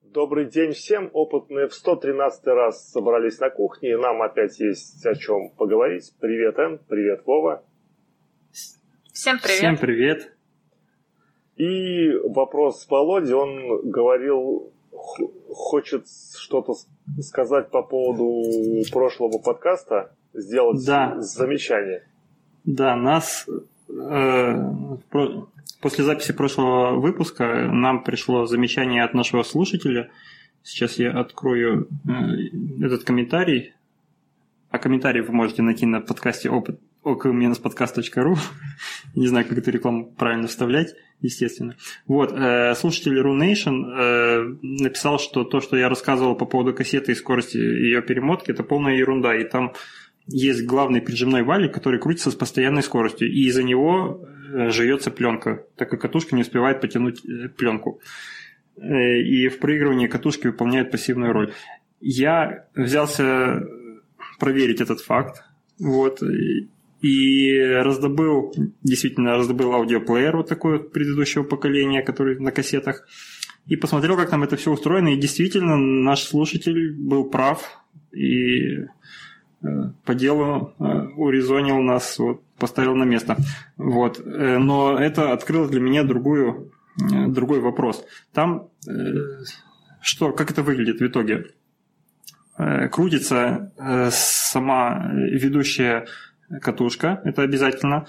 Добрый день всем. Опытные в 113 раз собрались на кухне, и нам опять есть о чем поговорить. Привет, Эн. Привет, Вова. Всем привет. Всем привет. И вопрос Володи. Он говорил, хочет что-то сказать по поводу прошлого подкаста, сделать замечание. Да, после записи прошлого выпуска нам пришло замечание от нашего слушателя. Сейчас я открою этот комментарий. А комментарий вы можете найти на подкасте ok-podcast.ru. Не знаю, как эту рекламу правильно вставлять, естественно. Вот, слушатель RuNation написал, что то, что я рассказывал по поводу кассеты и скорости ее перемотки, это полная ерунда. И там есть главный прижимной валик, который крутится с постоянной скоростью, и из-за него жуется пленка, так как катушка не успевает потянуть пленку. И в проигрывании катушки выполняет пассивную роль. Я взялся проверить этот факт, вот, и раздобыл аудиоплеер вот такой вот предыдущего поколения, который на кассетах, и посмотрел, как там это все устроено, и действительно наш слушатель был прав, и по делу урезонил нас, вот, поставил на место. Вот. Но это открыло для меня другой вопрос. Там как это выглядит в итоге? Крутится сама ведущая катушка, это обязательно.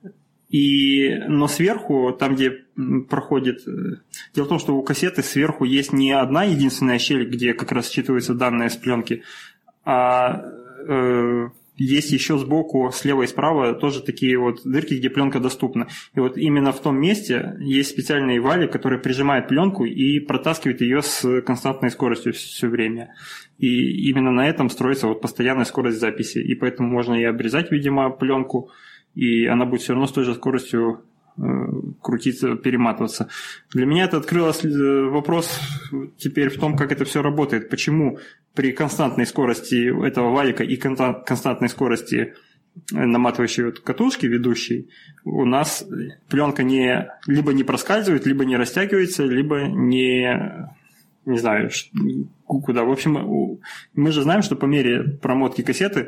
Но сверху, там, где проходит... Дело в том, что у кассеты сверху есть не одна единственная щель, где как раз считываются данные с пленки, а есть еще сбоку, слева и справа тоже такие вот дырки, где пленка доступна. И вот именно в том месте есть специальный валик, который прижимает пленку и протаскивает ее с константной скоростью все время. И именно на этом строится вот постоянная скорость записи. И поэтому можно и обрезать, видимо, пленку, и она будет все равно с той же скоростью крутиться, перематываться. Для меня это открылось вопрос теперь в том, как это все работает. Почему при константной скорости этого валика и константной скорости наматывающей катушки ведущей у нас пленка либо не проскальзывает, либо не растягивается, либо не знаю, куда. В общем, мы же знаем, что по мере промотки кассеты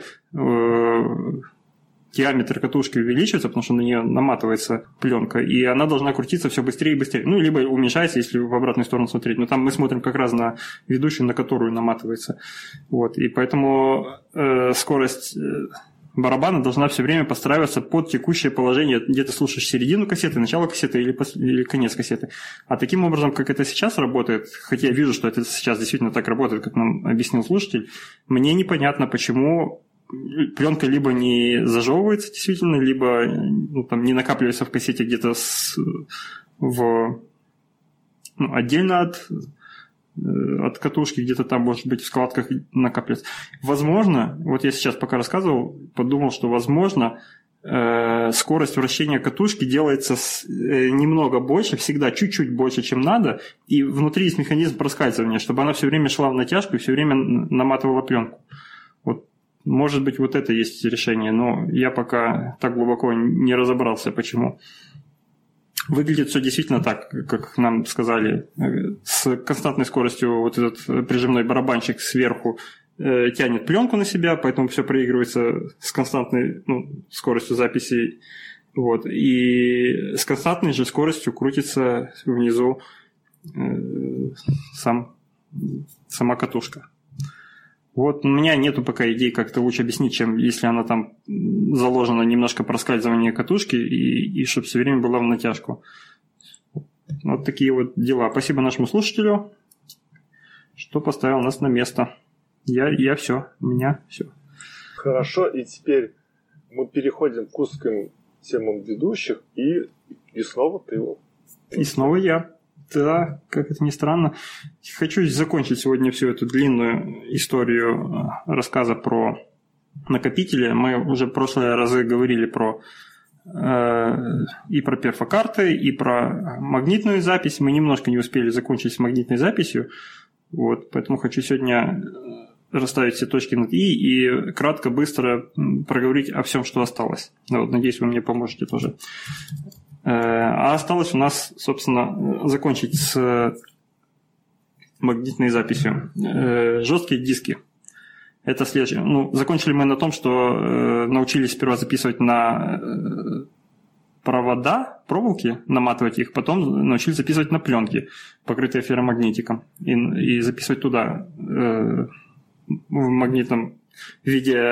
диаметр катушки увеличивается, потому что на нее наматывается пленка, и она должна крутиться все быстрее и быстрее. Ну, либо уменьшается, если в обратную сторону смотреть. Но там мы смотрим как раз на ведущую, на которую наматывается. Вот. И поэтому скорость барабана должна все время подстраиваться под текущее положение. Где ты слушаешь середину кассеты, начало кассеты или конец кассеты. А таким образом, как это сейчас работает, хотя я вижу, что это сейчас действительно так работает, как нам объяснил слушатель, мне непонятно, почему пленка либо не зажевывается действительно, либо там не накапливается в кассете где-то отдельно от катушки, где-то там, может быть, в складках накапливается. Возможно, вот я сейчас пока рассказывал, подумал, что, возможно, скорость вращения катушки делается немного больше, всегда чуть-чуть больше, чем надо, и внутри есть механизм проскальзывания, чтобы она все время шла в натяжку и все время наматывала пленку. Вот. Может быть, вот это есть решение, но я пока так глубоко не разобрался, почему. Выглядит все действительно так, как нам сказали. С константной скоростью вот этот прижимной барабанчик сверху тянет пленку на себя, поэтому все проигрывается с константной скоростью записи. Вот. И с константной же скоростью крутится внизу сама катушка. Вот у меня нету пока идей, как это лучше объяснить, чем если она там заложена немножко проскальзывание катушки и чтобы все время была в натяжку. Вот такие вот дела. Спасибо нашему слушателю, что поставил нас на место. Я все, у меня все. Хорошо, и теперь мы переходим к узким темам ведущих, и снова ты. И снова я. Да, как это ни странно. Хочу закончить сегодня всю эту длинную историю рассказа про накопители. Мы уже в прошлые разы говорили и про перфокарты, и про магнитную запись. Мы немножко не успели закончить с магнитной записью. Вот, поэтому хочу сегодня расставить все точки над «и» и кратко, быстро проговорить о всем, что осталось. Вот, надеюсь, вы мне поможете тоже. А осталось у нас, собственно, закончить с магнитной записью. Жесткие диски. Это следующее. Закончили мы на том, что научились сперва записывать на проволоки, наматывать их, потом научились записывать на пленки, покрытые ферромагнетиком, и записывать туда в магнитном виде,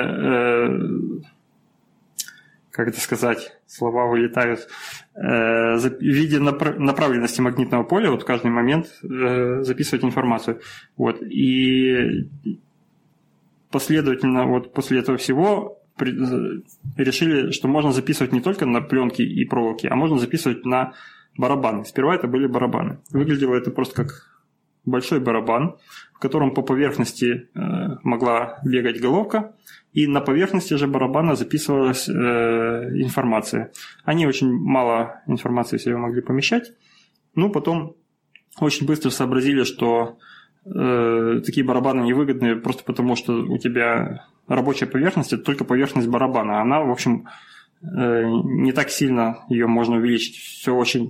как это сказать, слова вылетают, в виде направленности магнитного поля, вот в каждый момент записывать информацию. Вот. И последовательно вот после этого всего решили, что можно записывать не только на пленки и проволоки, а можно записывать на барабаны. Сперва это были барабаны. Выглядело это просто как большой барабан, в котором по поверхности могла бегать головка, и на поверхности же барабана записывалась информация. Они очень мало информации в себя могли помещать. Потом очень быстро сообразили, что такие барабаны невыгодны просто потому, что у тебя рабочая поверхность – это только поверхность барабана. Она, в общем, не так сильно ее можно увеличить. Все очень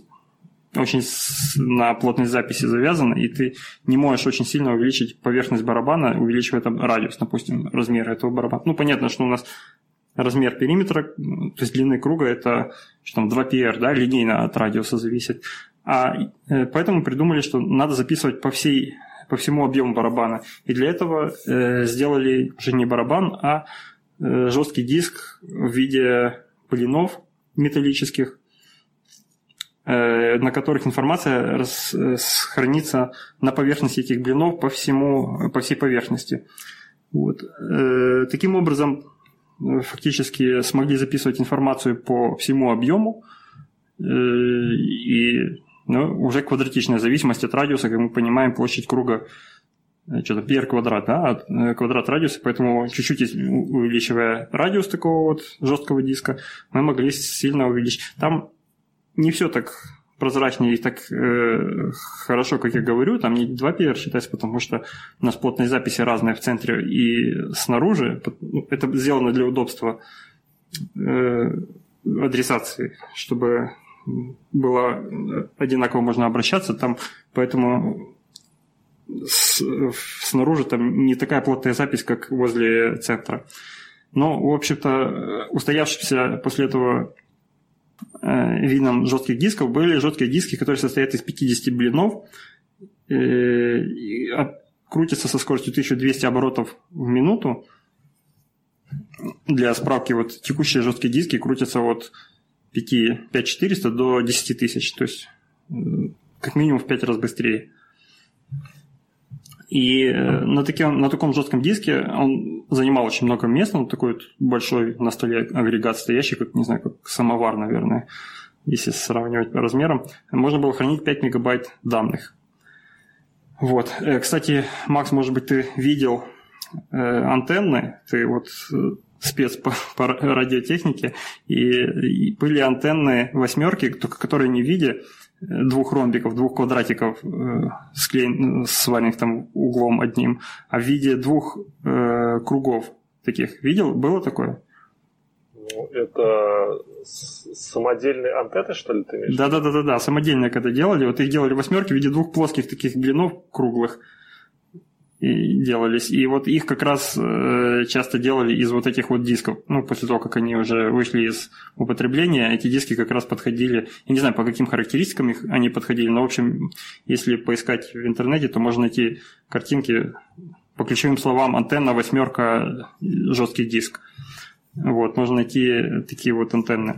на плотность записи завязано, и ты не можешь очень сильно увеличить поверхность барабана, увеличивая там радиус, допустим, размер этого барабана. Понятно, что у нас размер периметра, то есть длины круга, это что там, 2πr, да, линейно от радиуса зависит. Поэтому придумали, что надо записывать по всему объему барабана. И для этого сделали уже не барабан, а жесткий диск в виде блинов металлических, на которых информация хранится на поверхности этих блинов по всей поверхности. Вот. Таким образом, фактически смогли записывать информацию по всему объему, и уже квадратичная зависимость от радиуса, как мы понимаем, площадь круга πr квадрат, да, квадрат радиуса, поэтому чуть-чуть увеличивая радиус такого вот жесткого диска, мы могли сильно увеличить. Там не все так прозрачно и так хорошо, как я говорю, там не 2πr считается, потому что у нас плотность записи разная в центре и снаружи. Это сделано для удобства адресации, чтобы было одинаково можно обращаться там, поэтому снаружи там не такая плотная запись, как возле центра. Но, в общем-то, устоявшимся после этого видом жестких дисков были жесткие диски, которые состоят из 50 блинов, крутятся со скоростью 1200 оборотов в минуту. Для справки, вот текущие жесткие диски крутятся от 5400 до 10 тысяч, то есть как минимум в 5 раз быстрее. И на таком жестком диске он занимал очень много места, он такой вот большой на столе агрегат стоящий, как, не знаю, как самовар, наверное, если сравнивать по размерам. Можно было хранить 5 мегабайт данных. Вот. Кстати, Макс, может быть, ты видел антенны, ты вот спец по радиотехнике, и были антенны восьмерки, которые не в виде двух ромбиков, двух квадратиков сваренных там углом одним, а в виде двух кругов таких. Видел? Было такое? Это самодельные антенны, что ли, ты имеешь? Да, самодельные когда делали. Вот их делали восьмерки в виде двух плоских таких блинов круглых. И делались. И вот их как раз часто делали из вот этих вот дисков. После того, как они уже вышли из употребления, эти диски как раз подходили. Я не знаю, по каким характеристикам они подходили, но, в общем, если поискать в интернете, то можно найти картинки по ключевым словам: антенна, восьмерка, жесткий диск. Вот, можно найти такие вот антенны.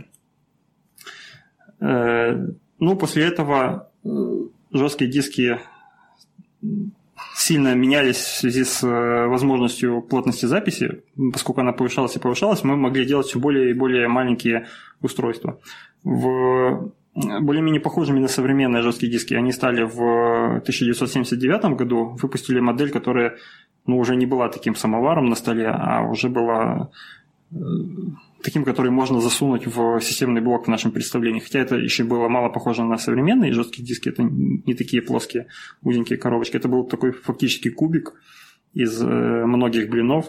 После этого жесткие диски сильно менялись в связи с возможностью плотности записи. Поскольку она повышалась и повышалась, мы могли делать все более и более маленькие устройства. Более-менее похожими на современные жесткие диски они стали в 1979 году. Выпустили модель, которая уже не была таким самоваром на столе, а уже была таким, который можно засунуть в системный блок в нашем представлении. Хотя это еще было мало похоже на современные жесткие диски. Это не такие плоские, узенькие коробочки. Это был такой фактически кубик из многих блинов.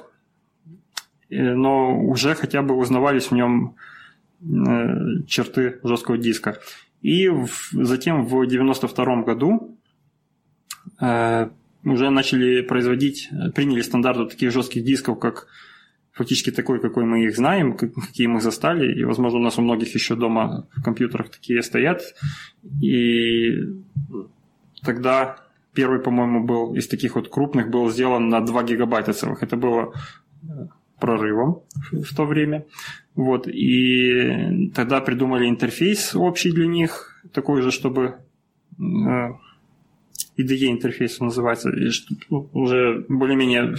Но уже хотя бы узнавались в нем черты жесткого диска. И затем в 1992 году уже начали приняли стандарты таких жестких дисков, как фактически такой, какой мы их знаем, какие мы застали, и, возможно, у нас у многих еще дома в компьютерах такие стоят. И тогда первый, по-моему, был из таких вот крупных, был сделан на 2 гигабайта целых. Это было прорывом в то время. Вот. И тогда придумали интерфейс общий для них, такой же, чтобы IDE-интерфейс называется, и уже более-менее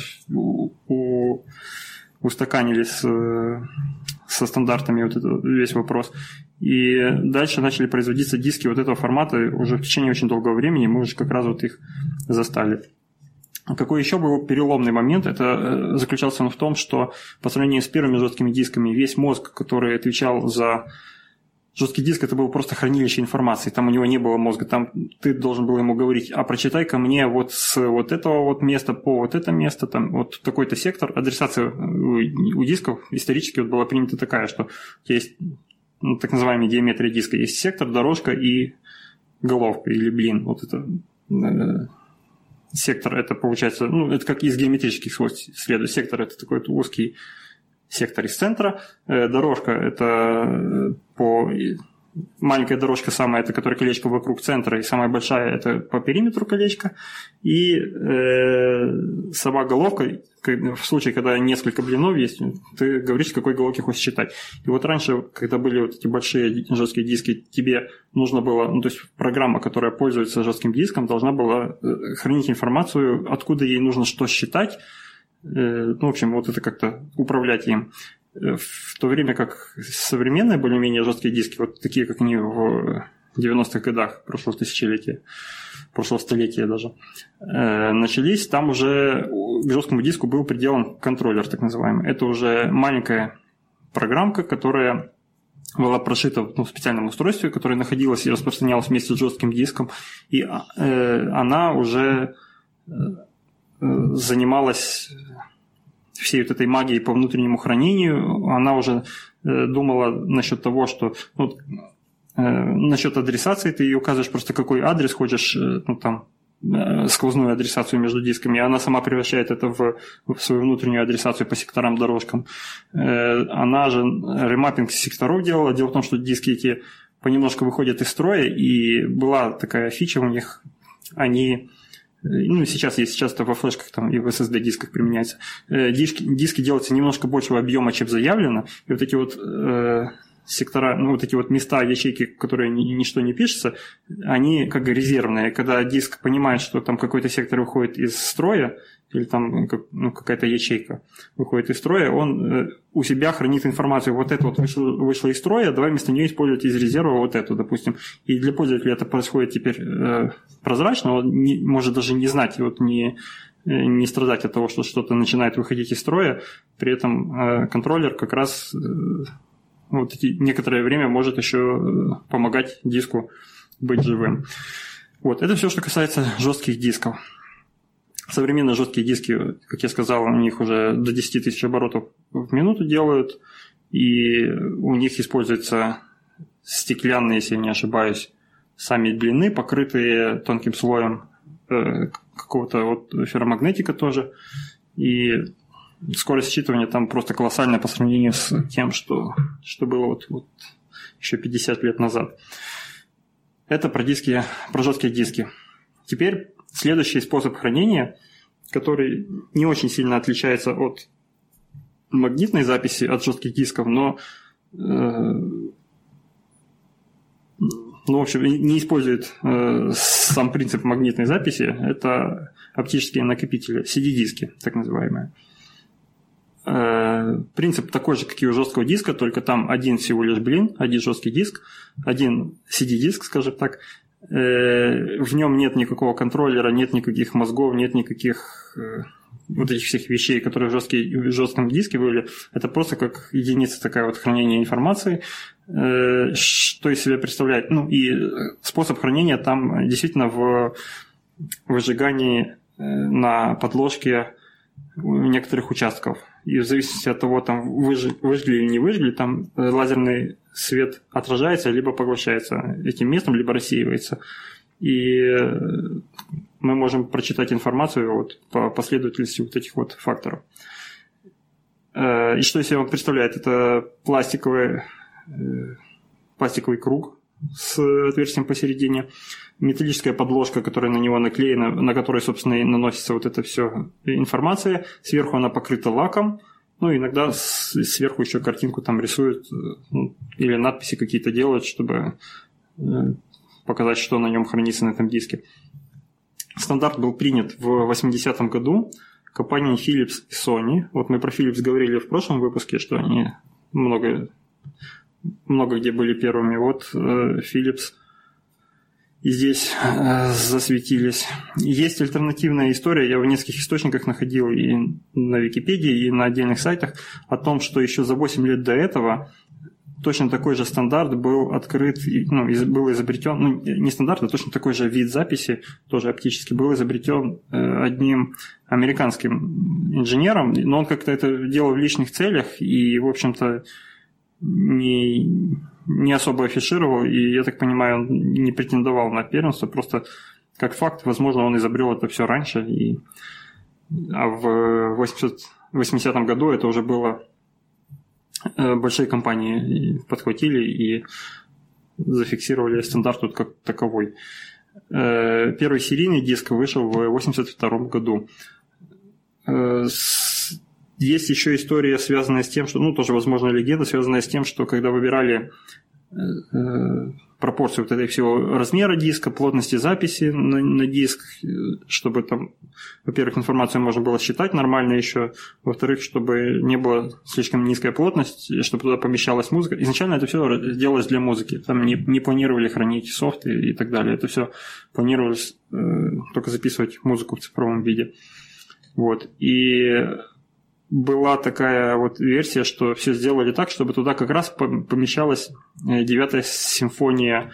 устаканились со стандартами вот этот весь вопрос. И дальше начали производиться диски вот этого формата уже в течение очень долгого времени, мы уже как раз вот их застали. Какой еще был переломный момент, это заключался он в том, что по сравнению с первыми жесткими дисками весь мозг, который отвечал за жесткий диск, это было просто хранилище информации, там у него не было мозга, там ты должен был ему говорить, а прочитай-ка мне вот с вот этого вот места по вот это место, там вот такой-то сектор. Адресация у дисков исторически вот была принята такая, что есть так называемая геометрия диска, есть сектор, дорожка и головка или блин, вот это сектор, это получается, это как из геометрических свойств следует. Сектор – это такой вот узкий сектор из центра. Дорожка – это маленькая дорожка самая, это которая колечко вокруг центра, и самая большая – это по периметру колечка. И сама головка, в случае, когда несколько блинов есть, ты говоришь, с какой головки хочешь считать. И вот раньше, когда были вот эти большие жесткие диски, тебе нужно было, то есть программа, которая пользуется жестким диском, должна была хранить информацию, откуда ей нужно что считать. В общем, вот это как-то управлять им. В то время как современные более-менее жесткие диски, вот такие, как они в 90-х годах прошлого тысячелетия, прошлого столетия даже, начались, там уже к жесткому диску был приделан контроллер, так называемый. Это уже маленькая программка, которая была прошита в специальном устройстве, которое находилось и распространялось вместе с жестким диском, и она уже занималась всей вот этой магией по внутреннему хранению. Она уже думала насчет того, что насчет адресации ты ей указываешь просто какой адрес хочешь, сквозную адресацию между дисками, и она сама превращает это в свою внутреннюю адресацию по секторам, дорожкам. Она же ремаппинг секторов делала. Дело в том, что диски эти понемножку выходят из строя, и была такая фича у них, они... сейчас есть, сейчас это во флешках там, и в SSD-дисках применяется. Диски делаются немножко большего объема, чем заявлено, и вот эти вот сектора, вот эти вот места, ячейки, в которые ничто не пишется, они как резервные. Когда диск понимает, что там какой-то сектор выходит из строя, или там какая-то ячейка выходит из строя, он у себя хранит информацию. Вот это вот вышло из строя, давай вместо нее использовать из резерва вот эту, допустим. И для пользователя это происходит теперь прозрачно, он может даже не знать, вот не страдать от того, что что-то начинает выходить из строя. При этом контроллер как раз некоторое время может еще помогать диску быть живым. Вот, это все, что касается жестких дисков. Современные жесткие диски, как я сказал, у них уже до 10 тысяч оборотов в минуту делают, и у них используются стеклянные, если я не ошибаюсь, сами длины, покрытые тонким слоем какого-то ферромагнетика тоже, и скорость считывания там просто колоссальная по сравнению с тем, что было еще 50 лет назад. Это про жесткие диски. Теперь следующий способ хранения, который не очень сильно отличается от магнитной записи, от жестких дисков, но в общем, не использует сам принцип магнитной записи, это оптические накопители, CD-диски, так называемые. Принцип такой же, как и у жесткого диска, только там один всего лишь блин, один жесткий диск, один CD-диск, скажем так. В нем нет никакого контроллера, нет никаких мозгов, нет никаких вот этих всех вещей, которые в жестком диске были. Это просто как единица такая вот хранения информации. Что из себя представляет? И способ хранения там действительно в выжигании на подложке некоторых участков. И в зависимости от того, там выжгли или не выжгли, там лазерный свет отражается, либо поглощается этим местом, либо рассеивается. и мы можем прочитать информацию вот по последовательности вот этих вот факторов. И что из себя он представляет? Это пластиковый круг с отверстием посередине, металлическая подложка, которая на него наклеена, на которой, собственно, и наносится вот эта вся информация. Сверху она покрыта лаком, ну, иногда сверху еще картинку там рисуют, или надписи какие-то делают, чтобы показать, что на нем хранится на этом диске. Стандарт был принят в 80-м году компанией Philips и Sony. Вот мы про Philips говорили в прошлом выпуске, что они много где были первыми. Вот Philips и здесь засветились. Есть альтернативная история, я в нескольких источниках находил и на Википедии, и на отдельных сайтах, о том, что еще за 8 лет до этого точно такой же стандарт был открыт, был изобретен, не стандарт, а точно такой же вид записи, тоже оптический, был изобретен одним американским инженером, но он как-то это делал в личных целях и, в общем-то, не особо афишировал, и, я так понимаю, он не претендовал на первенство, просто как факт, возможно, он изобрел это все раньше, а в 80-м году это уже было, большие компании подхватили и зафиксировали стандарт тут как таковой. Первый серийный диск вышел в 82 году. Есть еще история, связанная с тем, что, тоже, возможно, легенда, связанная с тем, что когда выбирали пропорцию вот этого всего размера диска, плотности записи на диск, чтобы там, во-первых, информацию можно было считать нормально еще, во-вторых, чтобы не была слишком низкая плотность, чтобы туда помещалась музыка. Изначально это все делалось для музыки, там не планировали хранить софт и так далее, это все планировалось только записывать музыку в цифровом виде. Вот, и была такая вот версия, что все сделали так, чтобы туда как раз помещалась 9-я симфония,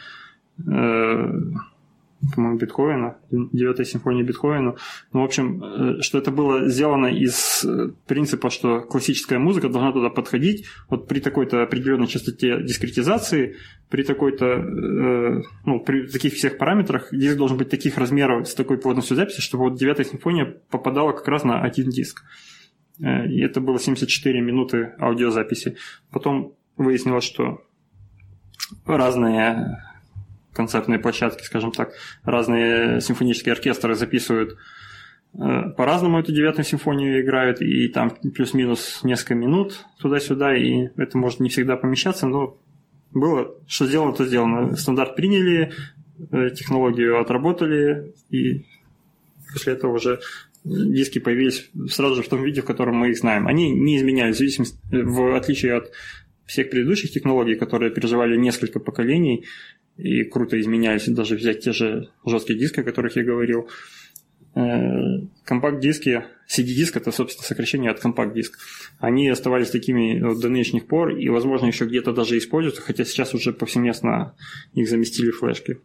по-моему, Бетховена, 9-я симфония Бетховена. В общем, что это было сделано из принципа, что классическая музыка должна туда подходить вот при такой-то определенной частоте дискретизации, при такой-то, при таких всех параметрах диск должен быть таких размеров с такой плотностью записи, чтобы вот 9-я симфония попадала как раз на один диск. И это было 74 минуты аудиозаписи. Потом выяснилось, что разные концертные площадки, скажем так, разные симфонические оркестры записывают по-разному эту 9-ю симфонию, играют, и там плюс-минус несколько минут туда-сюда, и это может не всегда помещаться, но было, что сделано, то сделано. Стандарт приняли, технологию отработали, и после этого уже диски появились сразу же в том виде, в котором мы их знаем. Они не изменялись, в отличие от всех предыдущих технологий, которые переживали несколько поколений и круто изменялись, даже взять те же жесткие диски, о которых я говорил. Компакт-диски, CD-диск – это, собственно, сокращение от компакт-диск. Они оставались такими до нынешних пор и, возможно, еще где-то даже используются, хотя сейчас уже повсеместно их заместили флешки.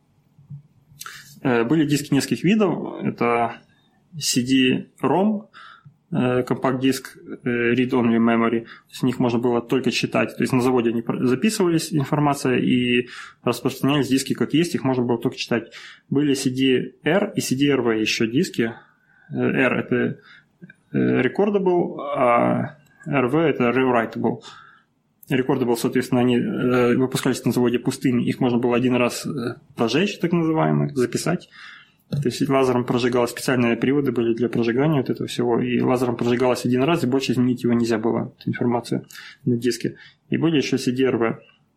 Были диски нескольких видов. Это CD-ROM, компакт-диск Read-Only Memory. С них можно было только читать. То есть на заводе они записывались информация и распространялись диски как есть, их можно было только читать. Были CD-R и CD-RV еще диски. R – это Recordable, а RV – это Rewritable. Recordable, соответственно, они выпускались на заводе пустыми. Их можно было один раз прожечь, так называемый, записать. То есть лазером прожигалось, специальные приводы были для прожигания вот этого всего, и лазером прожигалось один раз, и больше изменить его нельзя было, эту информацию на диске. И были еще CD-RV.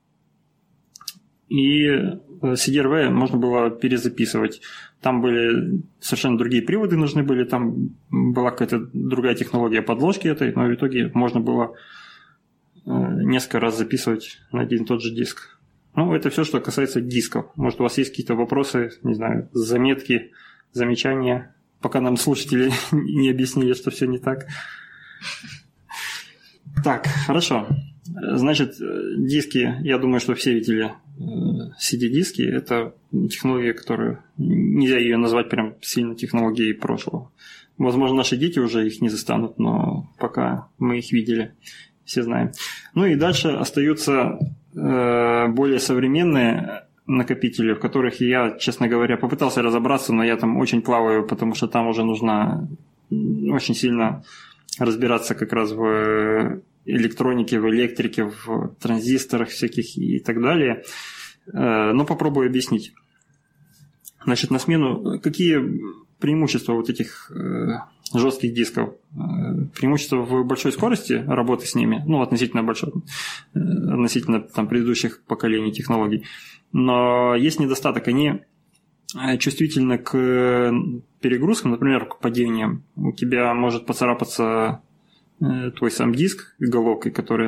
И CD-RV можно было перезаписывать. Там были совершенно другие приводы нужны были, там была какая-то другая технология подложки этой, но в итоге можно было несколько раз записывать на один и тот же диск. Это все, что касается дисков. Может, у вас есть какие-то вопросы, не знаю, заметки, замечания, пока нам слушатели не объяснили, что все не так. Так, хорошо. Значит, диски, я думаю, что все видели CD-диски. Это технология, которую нельзя ее назвать прям сильно технологией прошлого. Возможно, наши дети уже их не застанут, но пока мы их видели, все знаем. И дальше остаются более современные накопители, в которых я, честно говоря, попытался разобраться, но я там очень плаваю, потому что там уже нужно очень сильно разбираться как раз в электронике, в электрике, в транзисторах всяких и так далее. Но попробую объяснить. Значит, на смену, какие преимущества вот этих жестких дисков? Преимущество в большой скорости работы с ними, ну, относительно большой, относительно там, предыдущих поколений технологий. Но есть недостаток, они чувствительны к перегрузкам, например, к падениям. У тебя может поцарапаться твой сам диск головкой, которая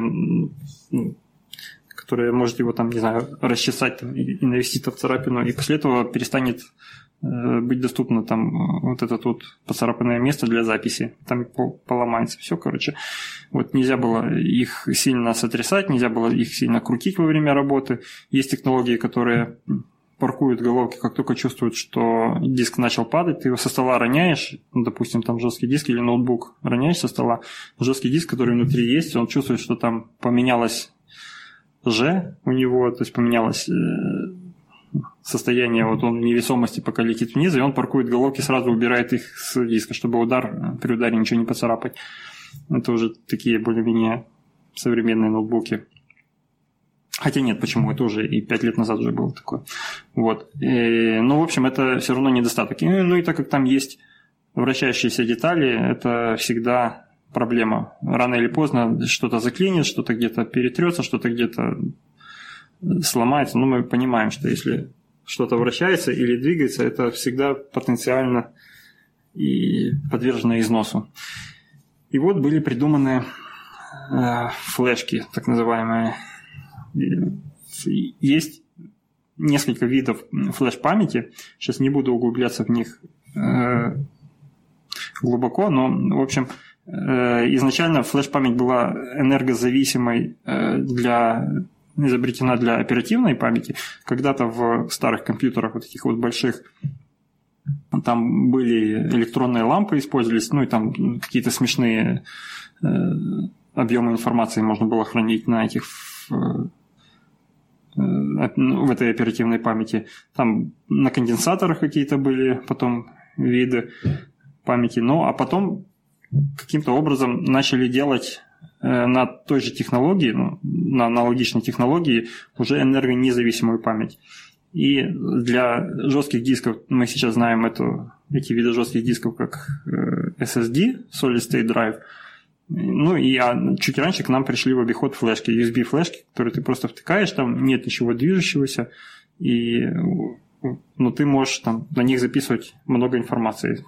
может его там, не знаю, расчесать и навести в царапину, и после этого перестанет быть доступно там вот это вот поцарапанное место для записи, там поломается все, короче. Вот нельзя было их сильно сотрясать, нельзя было их сильно крутить во время работы. Есть технологии, которые паркуют головки, как только чувствуют, что диск начал падать, ты его со стола роняешь, допустим, там жесткий диск или ноутбук роняешь со стола, жесткий диск, который внутри есть, он чувствует, что там поменялось Ж у него, то есть поменялось состояние, вот он в невесомости пока летит вниз, и он паркует головки, сразу убирает их с диска, чтобы при ударе ничего не поцарапать. Это уже такие более-менее современные ноутбуки. Хотя нет, почему? Это уже и 5 лет назад уже было такое. Вот. Ну, в общем, это все равно недостаток. Ну и так как там есть вращающиеся детали, это всегда проблема. Рано или поздно что-то заклинит, что-то где-то перетрется, что-то где-то сломается. Но мы понимаем, что если что-то вращается или двигается, это всегда потенциально и подвержено износу. И вот были придуманы флешки, так называемые. Есть несколько видов флеш-памяти. Сейчас не буду углубляться в них глубоко, но, в общем, изначально флеш-память была энергозависимой, изобретена для оперативной памяти. Когда-то в старых компьютерах, вот этих вот больших, там были электронные лампы, использовались, ну и там какие-то смешные объемы информации можно было хранить на этих в этой оперативной памяти. Там на конденсаторах какие-то были потом виды памяти. Ну, а потом каким-то образом начали делать на той же технологии, на аналогичной технологии уже энергонезависимую память. И для жестких дисков, мы сейчас знаем эти виды жестких дисков как SSD, Solid State Drive. Ну и чуть раньше к нам пришли в обиход флешки, USB-флешки, которые ты просто втыкаешь, там нет ничего движущегося, и ты можешь там на них записывать много информации.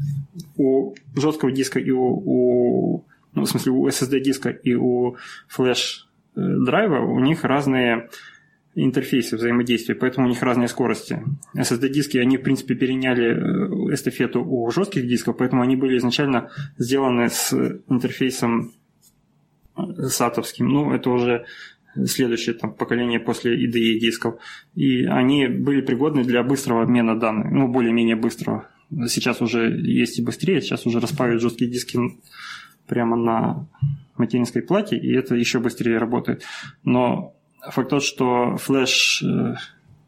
У жесткого диска и у SSD-диска и у флеш-драйва у них разные интерфейсы взаимодействия, поэтому у них разные скорости. SSD-диски, они, в принципе, переняли эстафету у жестких дисков, поэтому они были изначально сделаны с интерфейсом SATA-овским. Ну, это уже следующее поколение после IDE дисков. И они были пригодны для быстрого обмена данных, более-менее быстрого. Сейчас уже есть и быстрее, сейчас уже распаивают жесткие диски прямо на материнской плате, и это еще быстрее работает. Но факт тот, что флешки,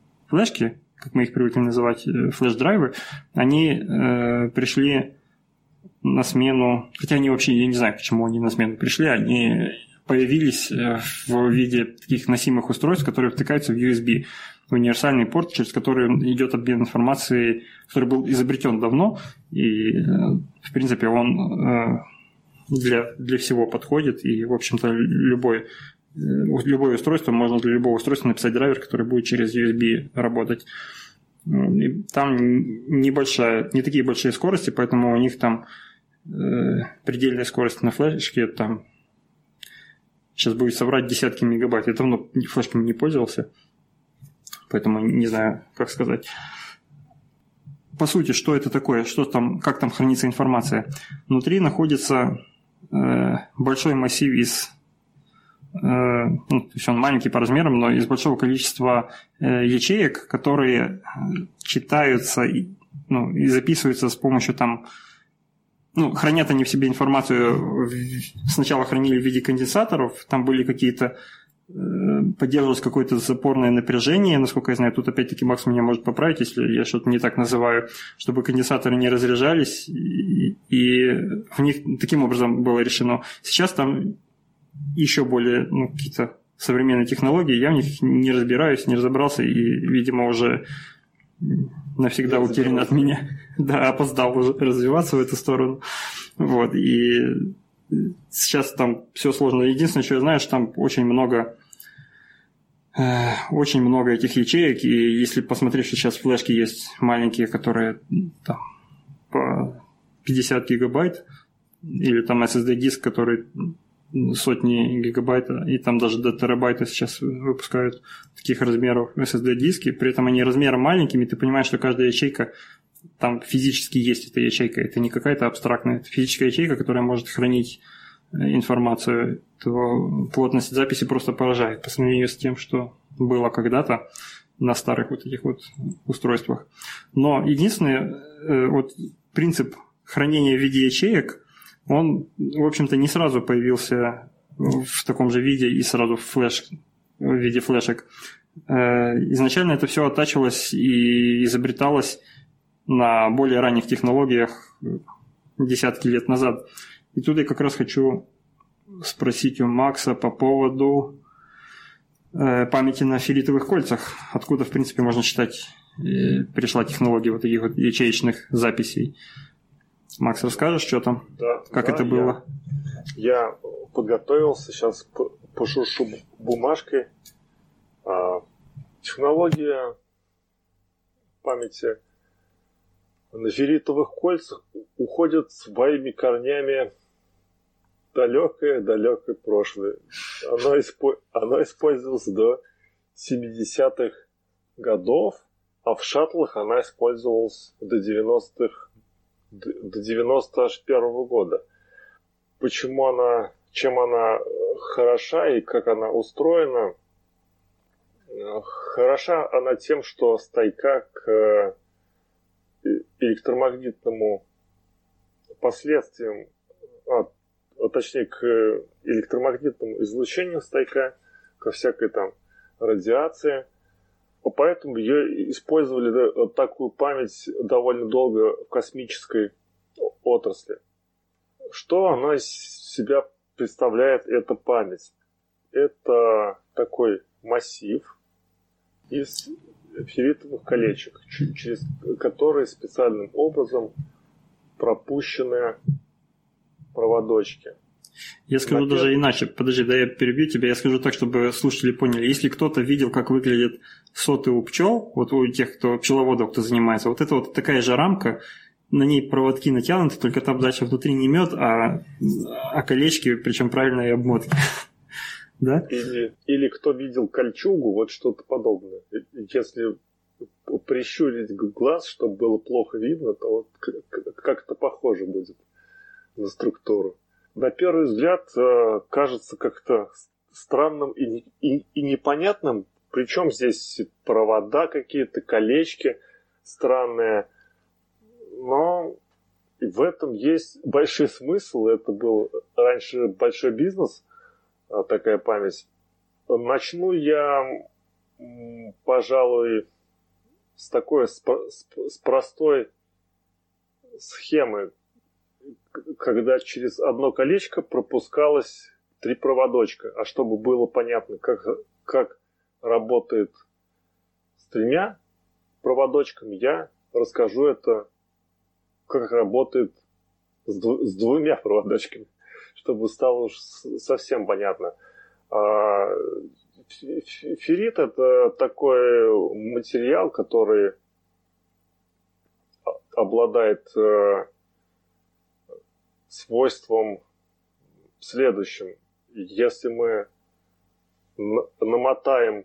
как мы их привыкли называть, флеш-драйвы, они пришли на смену, хотя они вообще, я не знаю, почему они на смену пришли, они появились в виде таких носимых устройств, которые втыкаются в USB, в универсальный порт, через который идет обмен информацией, который был изобретен давно, и, в принципе, он для всего подходит, и, в общем-то, любое устройство, можно для любого устройства написать драйвер, который будет через USB работать. И там не такие большие скорости, поэтому у них там предельная скорость на флешке, там сейчас будет соврать десятки мегабайт. Я давно флешками не пользовался, поэтому не знаю, как сказать. По сути, что это такое, как там хранится информация? Внутри находится большой массив из то есть он маленький по размерам, но из большого количества ячеек, которые читаются и записываются с помощью хранят они в себе информацию, сначала хранили в виде конденсаторов, там были какие-то поддерживалось какое-то запорное напряжение, насколько я знаю, тут опять-таки Макс меня может поправить, если я что-то не так называю, чтобы конденсаторы не разряжались, и в них таким образом было решено. Сейчас там еще более какие-то современные технологии, я в них не разбираюсь, не разобрался, и, видимо, уже навсегда утерян от меня. Да, опоздал уже развиваться в эту сторону. Вот, и сейчас там все сложно. Единственное, что я знаю, что там очень много этих ячеек, и если посмотреть, что сейчас флешки есть маленькие, которые там по 50 гигабайт, или там SSD-диск, который сотни гигабайт, и там даже до терабайта сейчас выпускают таких размеров SSD-диски, при этом они размером маленькими, ты понимаешь, что каждая ячейка, там физически есть эта ячейка, это не какая-то абстрактная, это физическая ячейка, которая может хранить информацию, то плотность записи просто поражает по сравнению с тем, что было когда-то на старых вот этих вот устройствах. Но единственный вот принцип хранения в виде ячеек, он, в общем-то, не сразу появился в таком же виде и сразу в виде флешек. Изначально это все оттачивалось и изобреталось на более ранних технологиях десятки лет назад. И тут я как раз хочу спросить у Макса по поводу памяти на ферритовых кольцах. Откуда, в принципе, можно считать, пришла технология вот таких вот ячеечных записей. Макс, расскажешь, что там? Да, как это было? Я подготовился, сейчас пошуршу бумажкой. Технология памяти на ферритовых кольцах уходит своими корнями далекое прошлое. Оно использовалось до 70-х годов, а в шаттлах она использовалась до 90-х, до 91-го года. Чем она хороша и как она устроена? Хороша она тем, что стойка к электромагнитному последствиям, точнее к электромагнитному излучению стойка, ко всякой там радиации. Поэтому ее использовали такую память довольно долго в космической отрасли. Что она из себя представляет, эта память? Это такой массив из ферритовых колечек, через которые специальным образом пропущены проводочки. Я скажу даже иначе. Подожди, да я перебью тебя. Я скажу так, чтобы слушатели поняли. Если кто-то видел, как выглядит соты у пчел, вот у тех, кто пчеловодов, кто занимается, вот это вот такая же рамка, на ней проводки натянуты, только там дальше внутри не мед, а колечки, причем правильные обмотки. Да? Или кто видел кольчугу, вот что-то подобное. Если прищурить глаз, чтобы было плохо видно, то вот как-то похоже будет на структуру. На первый взгляд кажется как-то странным и непонятным. Причем здесь провода какие-то, колечки странные. Но в этом есть большой смысл. Это был раньше большой бизнес, такая память. Начну я, пожалуй, с простой схемы, когда через одно колечко пропускалось 3 проводочка. А чтобы было понятно, как работает с 3 проводочками, я расскажу это, как работает с 2 проводочками, чтобы стало уж совсем понятно. Феррит – это такой материал, который обладает свойством следующим. Если мы намотаем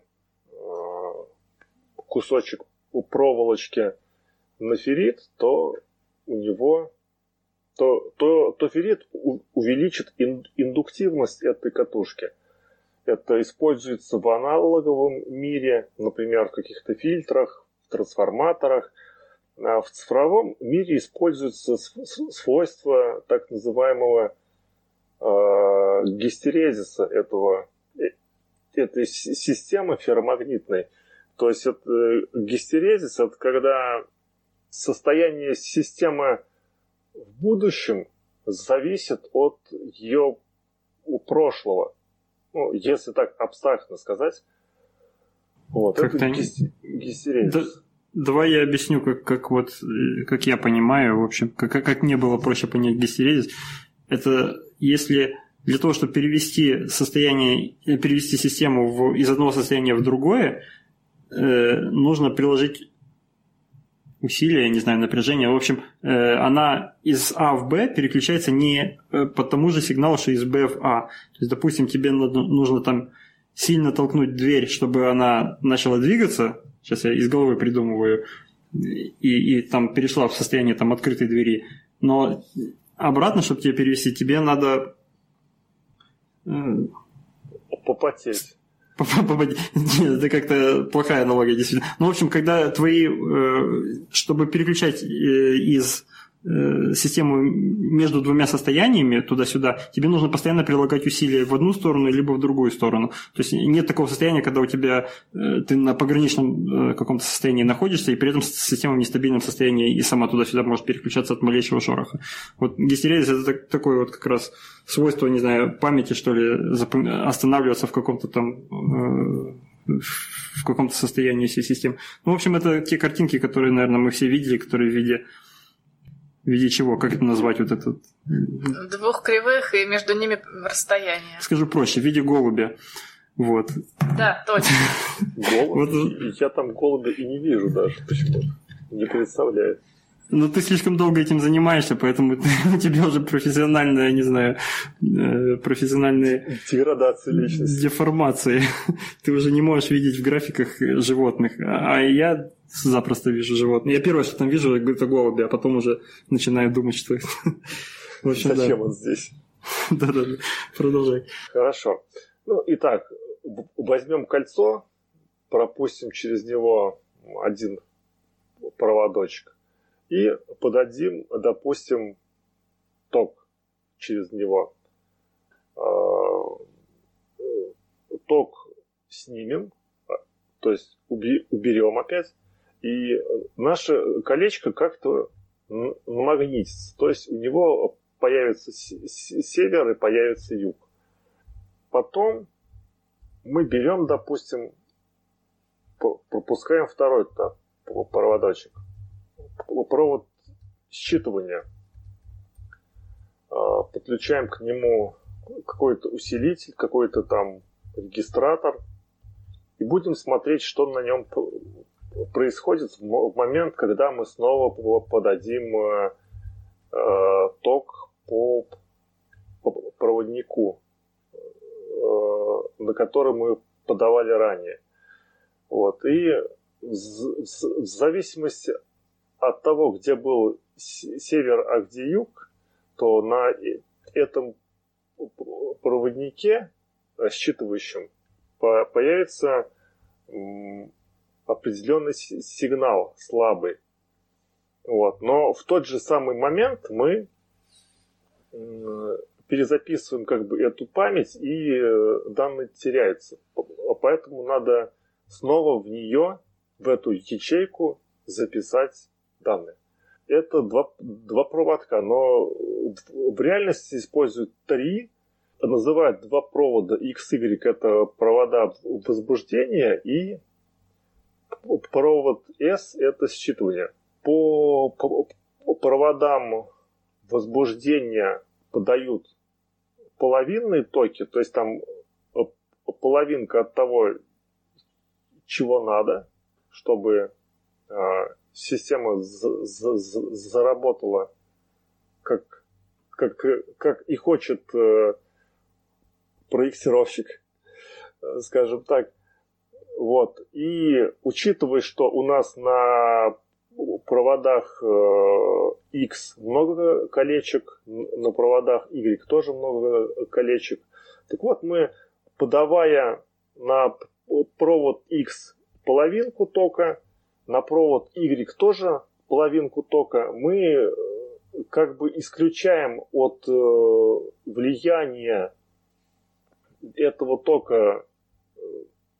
кусочек у проволочки на феррит, то у него то феррит увеличит индуктивность этой катушки. Это используется в аналоговом мире, например, в каких-то фильтрах, в трансформаторах. А в цифровом мире используются свойства так называемого гистерезиса этой системы ферромагнитной. То есть гистерезис – это когда состояние системы в будущем зависит от ее прошлого. Ну, если так абстрактно сказать. Вот, это гистерезис. Давай я объясню, как я понимаю, в общем, как мне было проще понять гистерезис. Это если для того, чтобы перевести систему из одного состояния в другое, нужно приложить усилия, не знаю, напряжение. В общем, она из А в Б переключается не по тому же сигналу, что из Б в А. То есть, допустим, тебе нужно там сильно толкнуть дверь, чтобы она начала двигаться. Сейчас я из головы придумываю. И там перешла в состояние там открытой двери. Но обратно, чтобы тебе перевести, тебе надо... Попотеть. Это как-то плохая аналогия, действительно. Ну, в общем, когда чтобы переключать из систему между двумя состояниями туда-сюда, тебе нужно постоянно прилагать усилия в одну сторону либо в другую сторону. То есть нет такого состояния, когда у тебя ты на пограничном каком-то состоянии находишься, и при этом система в нестабильном состоянии и сама туда-сюда может переключаться от малейшего шороха. Вот гистерезис – это такое вот как раз свойство, не знаю, памяти, что ли, останавливаться в каком-то там в каком-то состоянии всей системы. Ну, в общем, это те картинки, которые, наверное, мы все видели, которые в виде чего? Как это назвать? Вот этот... Двух кривых и между ними расстояние. Скажу проще, в виде голубя. Вот. Да, точно. Голубь? Я там голубя и не вижу даже почему-то. Не представляю. Ну, ты слишком долго этим занимаешься, поэтому у тебя уже профессиональная, не знаю, профессиональные... Деградация личности. Деформации. Ты уже не можешь видеть в графиках животных. А я запросто вижу животных. Я первое, что там вижу, это голуби, а потом уже начинаю думать, что это. Зачем он здесь? Да-да-да. Продолжай. Хорошо. Ну, итак, возьмем кольцо, пропустим через него один проводочек. И подадим, допустим, ток через него. Ток снимем, то есть уберем опять. И наше колечко как-то намагнитится. То есть у него появится север и появится юг. Потом мы берем, допустим, пропускаем второй проводочек. Провод считывания. Подключаем к нему какой-то усилитель, какой-то там регистратор. И будем смотреть, что на нем происходит в момент, когда мы снова подадим ток по проводнику, на который мы подавали ранее. Вот. И в зависимости от того, где был север, а где юг, то на этом проводнике, считывающем, появится определенный сигнал, слабый. Вот. Но в тот же самый момент мы перезаписываем как бы эту память, и данные теряются. Поэтому надо снова в нее, в эту ячейку, записать данные. Это два проводка, но в реальности используют 3. Называют 2 провода X, Y, это провода возбуждения, и провод S это считывание. По проводам возбуждения подают половинные токи, то есть там половинка от того, чего надо, чтобы система заработала как и хочет проектировщик, скажем так. Вот. И учитывая, что у нас на проводах X много колечек, на проводах Y тоже много колечек. Так вот, мы, подавая на провод X половинку тока, на провод Y тоже половинку тока, мы как бы исключаем от влияния этого тока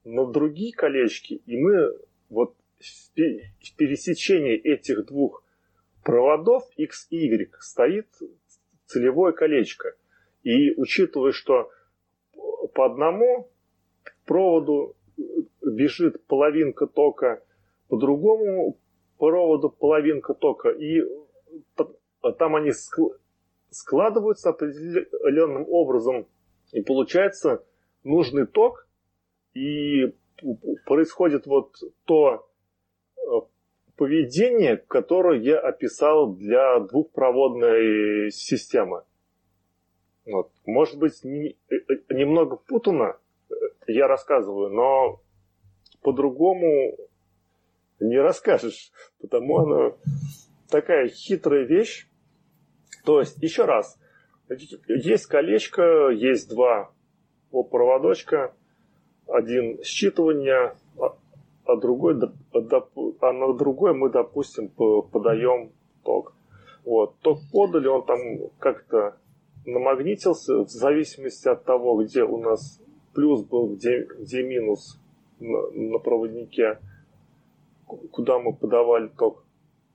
на другие колечки, и мы вот в пересечении этих двух проводов X, Y стоит целевое колечко. И учитывая, что по одному проводу бежит половинка тока, по другому проводу половинка тока, и там они складываются определенным образом, и получается нужный ток, и происходит вот то поведение, которое я описал для двухпроводной системы. Вот. Может быть, немного путано я рассказываю, но по-другому не расскажешь, потому она такая хитрая вещь. То есть, еще раз, есть колечко, есть два проводочка, один считывание, а на другой мы, допустим, подаем ток. Вот. Ток подали, он там как-то намагнитился в зависимости от того, где у нас плюс был, где минус на проводнике, куда мы подавали ток.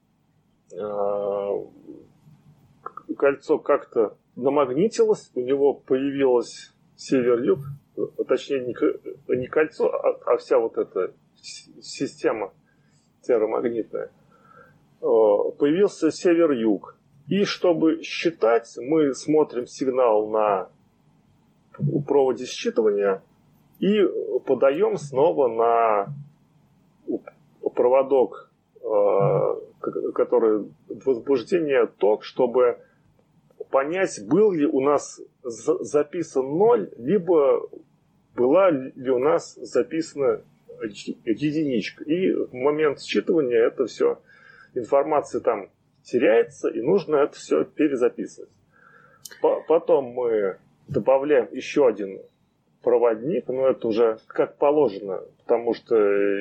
Кольцо как-то намагнитилось, у него появилось север-юг, точнее не кольцо, а вся вот эта система терромагнитная. Появился север-юг. И чтобы считать, мы смотрим сигнал на проводе считывания и подаем снова на проводок, который возбуждение ток, чтобы понять, был ли у нас записан 0, либо была ли у нас записана единичка. И в момент считывания это все, информация там теряется, и нужно это все перезаписывать. Потом мы добавляем еще один проводник, но это уже как положено, потому что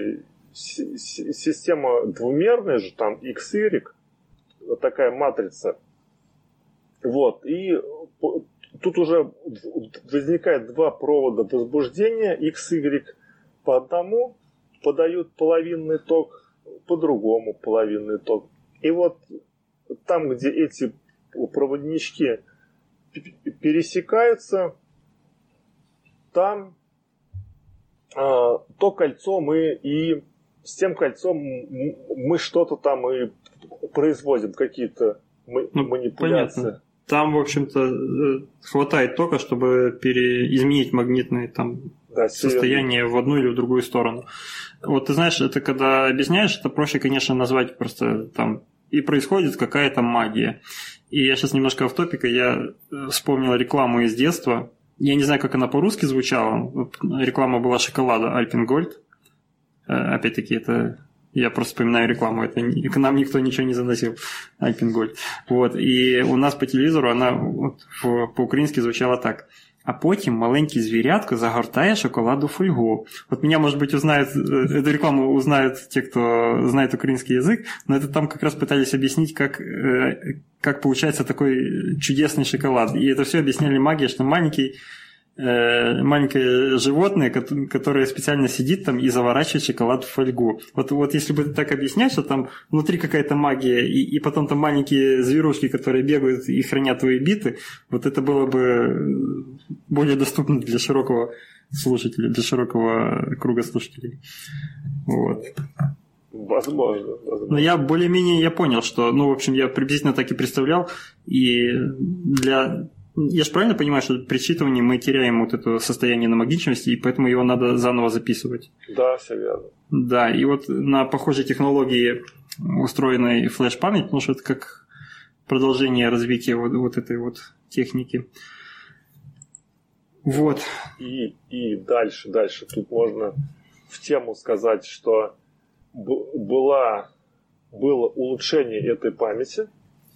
система двумерная же, там X, Y, вот такая матрица. Вот, и тут уже возникает два провода возбуждения, X, Y, по одному подают половинный ток, по другому половинный ток. И вот там, где эти проводнички пересекаются, там то кольцо и с тем кольцом мы что-то там и производим, какие-то манипуляции. Понятно. Там, в общем-то, хватает тока, чтобы изменить магнитное состояние в одну или в другую сторону. Вот ты знаешь, это когда объясняешь, это проще, конечно, назвать просто там и происходит какая-то магия. И я сейчас немножко офф-топика, я вспомнил рекламу из детства. Я не знаю, как она по-русски звучала. Реклама была шоколада Альпенгольд. Опять-таки, это я просто вспоминаю рекламу. Это к нам никто ничего не заносил. Альпенгольд. Вот. И у нас по телевизору она по-українськи звучала так. А потім маленький звірятко загортає шоколаду фольгу. Вот меня, может быть, эту рекламу узнают те, кто знает украинский язык, но это там как раз пытались объяснить, как получается такой чудесный шоколад. И это все объясняли магией, что маленькое животное, которое специально сидит там и заворачивает шоколад в фольгу. Вот если бы так объяснять, что там внутри какая-то магия, и потом там маленькие зверушки, которые бегают и хранят твои биты, вот это было бы более доступно для широкого слушателя, для широкого круга слушателей. Вот. Возможно. Но я более-менее понял, что, в общем, я приблизительно так и представлял, и я же правильно понимаю, что при считывании мы теряем вот это состояние намагниченности, и поэтому его надо заново записывать? Да, все верно. Да, и вот на похожей технологии устроенной флеш-память, потому что это как продолжение развития вот этой вот техники. Вот. И дальше. Тут можно в тему сказать, что было улучшение этой памяти.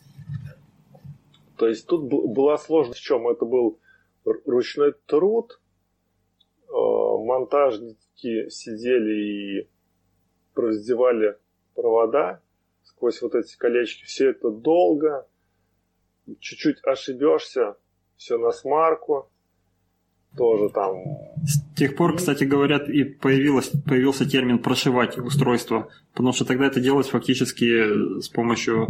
То есть тут была сложность в чем? Это был ручной труд, монтажники сидели и раздевали провода сквозь вот эти колечки. Все это долго, чуть-чуть ошибешься, все на смарку. тоже там... С тех пор, кстати, говорят, и появился термин «прошивать устройство», потому что тогда это делалось фактически с помощью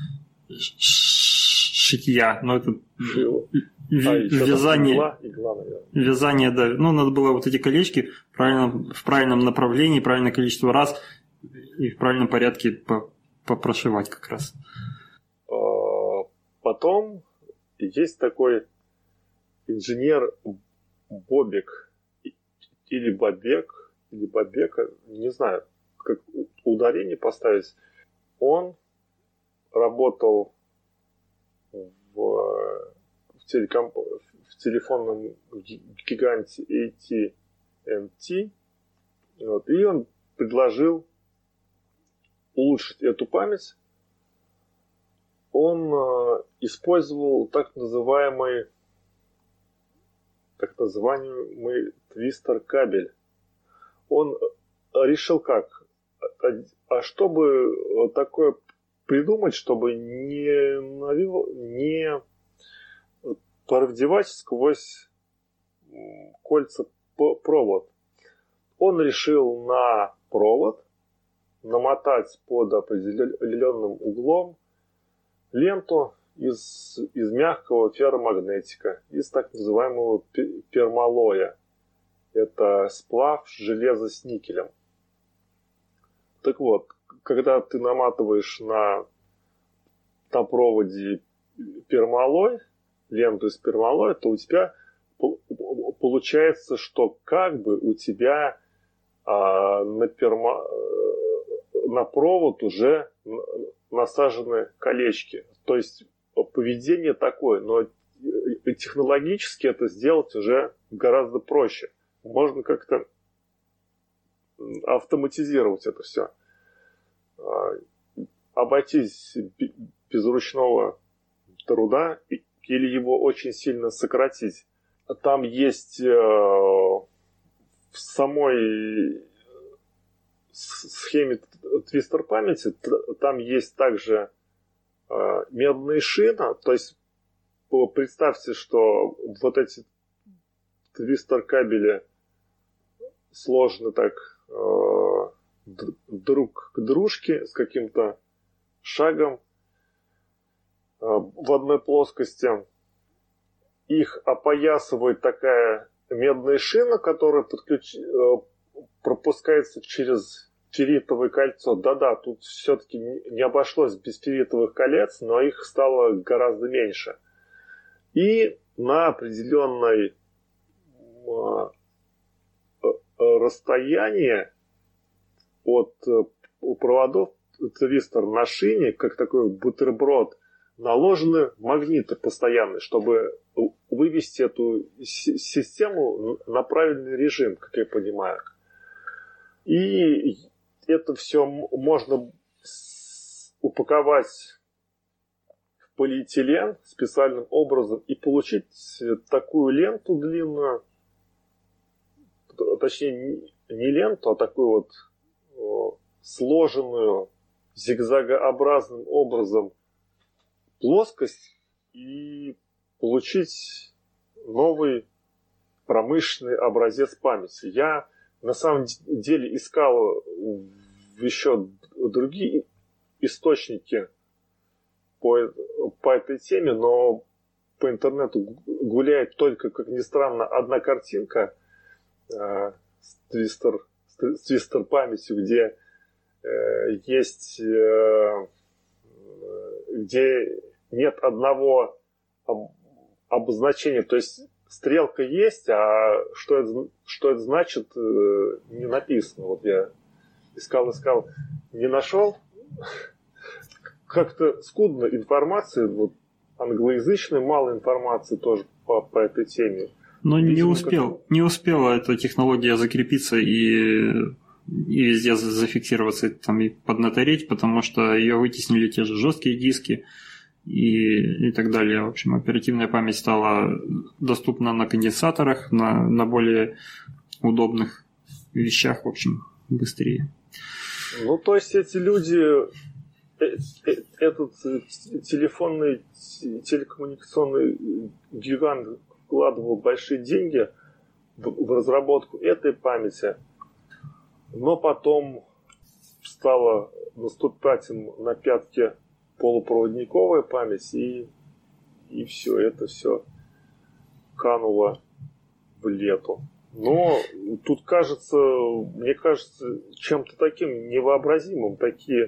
шитья. Но это вязание, вязание, да. Ну, надо было вот эти колечки в правильном направлении, правильное количество раз и в правильном порядке попрошивать как раз. Потом есть такой инженер Бобик или Бобек, не знаю, как ударение поставить. Он работал в телефонном гиганте AT&T, вот, и он предложил улучшить эту память. Он использовал так называемый твистер-кабель. Он решил как? А чтобы такое придумать, чтобы не продевать сквозь кольца провод. Он решил на провод намотать под определенным углом ленту из мягкого ферромагнетика, из так называемого пермалоя. Это сплав железа с никелем. Так вот, когда ты наматываешь на проводе пермалой, ленту из пермалоя, то у тебя получается, что как бы у тебя на провод уже насажены колечки. То есть поведение такое, но технологически это сделать уже гораздо проще. Можно как-то автоматизировать это все. Обойтись без ручного труда или его очень сильно сократить. Там есть в самой схеме твистер памяти, там есть также медные шины. То есть представьте, что вот эти твистер кабели сложены так друг к дружке с каким-то шагом в одной плоскости. Их опоясывает такая медная шина, которая пропускается через ферритовое кольцо. Да-да, тут все-таки не обошлось без ферритовых колец, но их стало гораздо меньше. И на определенной расстоянии от проводов твистер на шине, как такой бутерброд, наложены магниты постоянные, чтобы вывести эту систему на правильный режим, как я понимаю. И это все можно упаковать в полиэтилен специальным образом и получить такую ленту длинную, точнее не ленту, а такую вот сложенную зигзагообразным образом плоскость и получить новый промышленный образец памяти. Я на самом деле искал еще другие источники по этой теме, но по интернету гуляет только, как ни странно, одна картинка с твистер памятью, где есть, где нет одного обозначения, то есть стрелка есть, а что это значит, не написано. Вот я искал, не нашел. Как-то скудно информации, вот англоязычной мало информации тоже по этой теме. Но не успела эта технология закрепиться и везде зафиксироваться там и поднатореть, потому что ее вытеснили те же жесткие диски и так далее. В общем, оперативная память стала доступна на конденсаторах, на более удобных вещах, в общем, быстрее. Ну, то есть эти люди, этот телекоммуникационный гигант вкладывал большие деньги, в разработку этой памяти, но потом стала наступать им на пятки полупроводниковая память, и все, это все кануло в лету. Но тут мне кажется, чем-то таким невообразимым, такие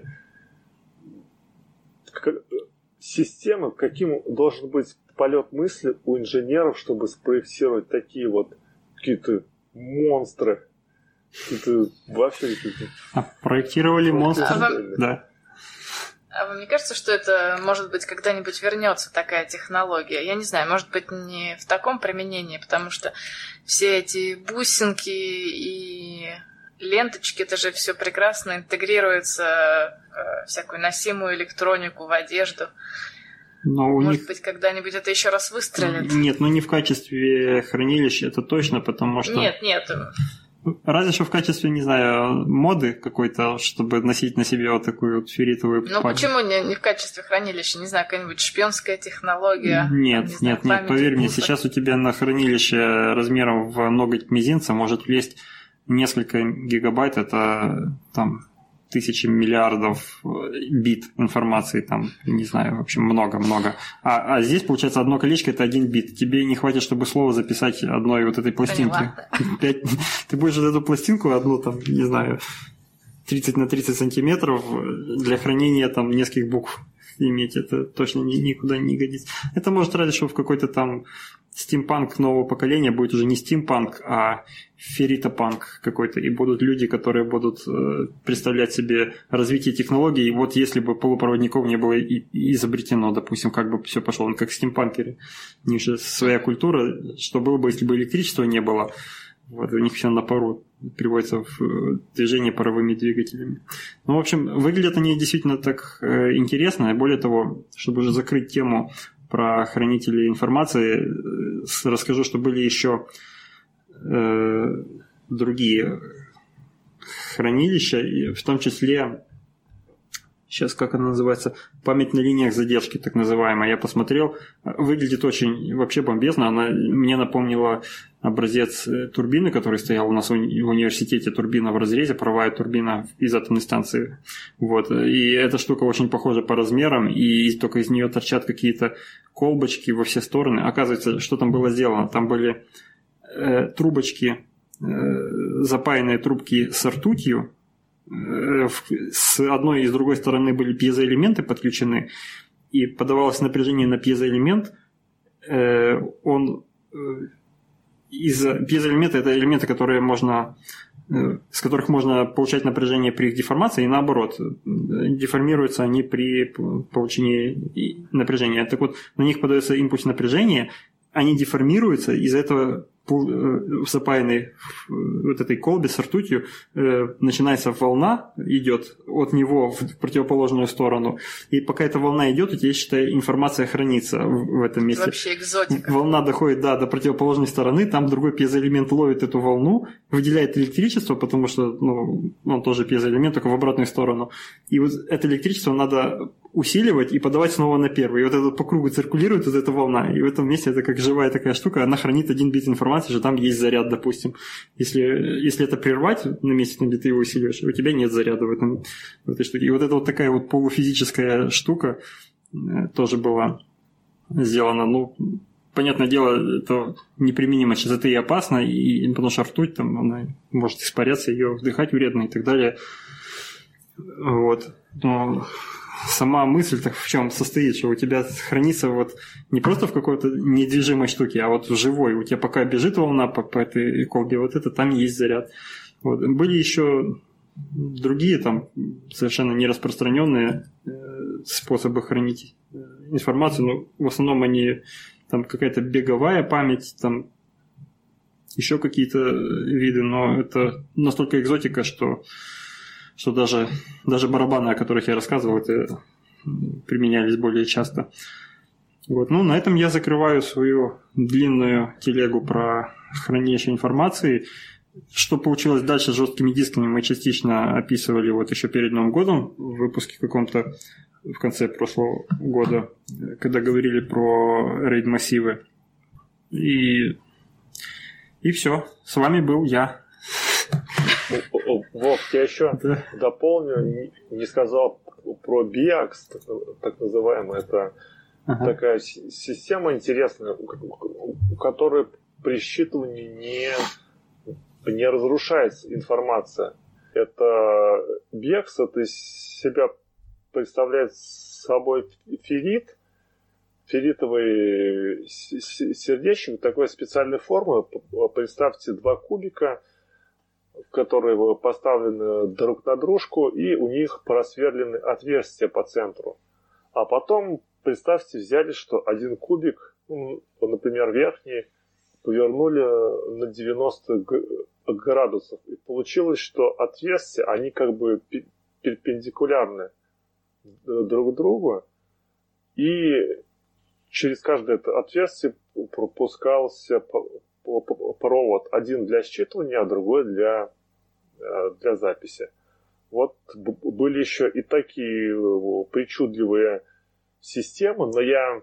системы, каким должен быть полет мысли у инженеров, чтобы спроектировать такие вот какие-то монстры. Это вообще какие-то... А проектировали монстры? Да. А вам не кажется, что это, может быть, когда-нибудь вернется такая технология? Я не знаю, может быть, не в таком применении, потому что все эти бусинки и ленточки, это же все прекрасно интегрируется в всякую носимую электронику, в одежду. Но может быть, когда-нибудь это еще раз выстрелит? Нет, не в качестве хранилища, это точно, потому что... Нет. Разве что в качестве, не знаю, моды какой-то, чтобы носить на себе вот такую вот ферритовую память. Почему не в качестве хранилища? Не знаю, какая-нибудь шпионская технология? Нет, поверь мне, сейчас у тебя на хранилище размером в ноготь мизинца может влезть несколько гигабайт, это там 1000 миллиардов бит информации, там, не знаю, в общем, много-много. А здесь, получается, одно колечко – это 1 бит. Тебе не хватит, чтобы слово записать одной вот этой пластинки. Ты будешь вот эту пластинку одну, там, не знаю, 30 на 30 сантиметров для хранения там нескольких букв иметь. Это точно никуда не годится. Это может разве что в какой-то там стимпанк нового поколения будет уже не стимпанк, а ферритопанк какой-то. И будут люди, которые будут представлять себе развитие технологий. И вот если бы полупроводников не было изобретено, допустим, как бы все пошло, как стимпанкеры. У них же своя культура. Что было бы, если бы электричества не было? Вот, у них все на пару приводится в движение паровыми двигателями. Ну, в общем, выглядят они действительно так интересно. И более того, чтобы уже закрыть тему про хранители информации, расскажу, что были еще другие хранилища, в том числе, сейчас как она называется, память на линиях задержки, так называемая. Я посмотрел, выглядит очень вообще бомбезно. Она мне напомнила образец турбины, который стоял у нас в университете, турбина в разрезе, паровая турбина из атомной станции. Вот. И эта штука очень похожа по размерам, и только из нее торчат какие-то колбочки во все стороны. Оказывается, что там было сделано? Там были трубочки, запаянные трубки с ртутью, с одной и с другой стороны были пьезоэлементы подключены, и подавалось напряжение на пьезоэлемент. Пьезоэлементы – это элементы, с которых можно получать напряжение при их деформации, и наоборот, деформируются они при получении напряжения. Так вот, на них подается импульс напряжения, они деформируются, из-за этого в запаянной вот этой колбе с ртутью начинается волна, идет от него в противоположную сторону, и пока эта волна идет, у тебя, считай, информация хранится в этом месте. Вообще экзотика. Волна доходит, до противоположной стороны, там другой пьезоэлемент ловит эту волну, выделяет электричество, потому что он тоже пьезоэлемент, только в обратную сторону. И вот это электричество надо усиливать и подавать снова на первый. И вот это по кругу циркулирует вот эта волна. И в этом месте это как живая такая штука, она хранит 1 бит информации, что там есть заряд, допустим. Если это прервать на месте, где ты его усиливаешь, у тебя нет заряда в этой штуке. И вот это вот такая вот полуфизическая штука тоже была сделана. Понятное дело, это неприменимо сейчас, это и опасно, и потому что ртуть, там, она может испаряться, ее вдыхать вредно и так далее. Вот. Но сама мысль так в чем состоит, что у тебя хранится вот не просто в какой-то недвижимой штуке, а вот в живой. У тебя пока бежит волна по этой колбе, вот это там есть заряд. Вот. Были еще другие там совершенно нераспространенные способы хранить информацию, но в основном они там какая-то беговая память, там еще какие-то виды, но это настолько экзотика, что даже барабаны, о которых я рассказывал, это применялись более часто. Вот. На этом я закрываю свою длинную телегу про хранилище информации. Что получилось дальше с жесткими дисками, мы частично описывали вот еще перед Новым годом в выпуске каком-то в конце прошлого года, когда говорили про RAID-массивы. И И все. С вами был я. Вов, я еще дополню, не сказал про BIAX, так называемая. Это такая система интересная, у которой при считывании не разрушается информация. Это BIAX, это из себя представляет собой феррит, ферритовый сердечник такой специальной формы. Представьте два кубика, которые поставлены друг на дружку, и у них просверлены отверстия по центру. А потом, представьте, взяли, что один кубик, например, верхний, повернули на 90 градусов. И получилось, что отверстия, они как бы перпендикулярны друг другу. И через каждое это отверстие пропускался провод. Один для считывания, а другой для записи. Вот были еще и такие причудливые системы, но я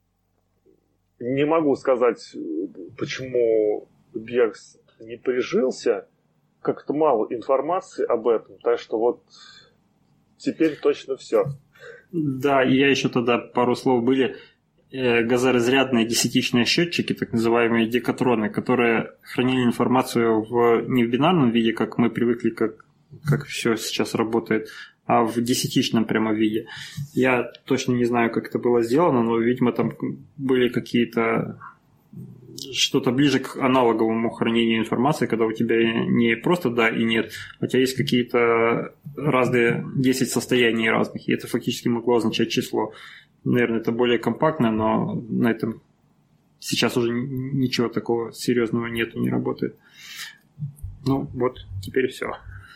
не могу сказать, почему BIAX не прижился. Как-то мало информации об этом, так что вот теперь точно все. Да, и я еще тогда пару слов были. Газоразрядные десятичные счетчики, так называемые декатроны, которые хранили информацию не в бинарном виде, как мы привыкли, как все сейчас работает, а в десятичном прямо виде. Я точно не знаю, как это было сделано, но, видимо, там были какие-то что-то ближе к аналоговому хранению информации, когда у тебя не просто да и нет, а у тебя есть какие-то разные 10 состояний разных, и это фактически могло означать число. Наверное, это более компактно, но на этом сейчас уже ничего такого серьезного нету, не работает. Ну, вот, теперь все.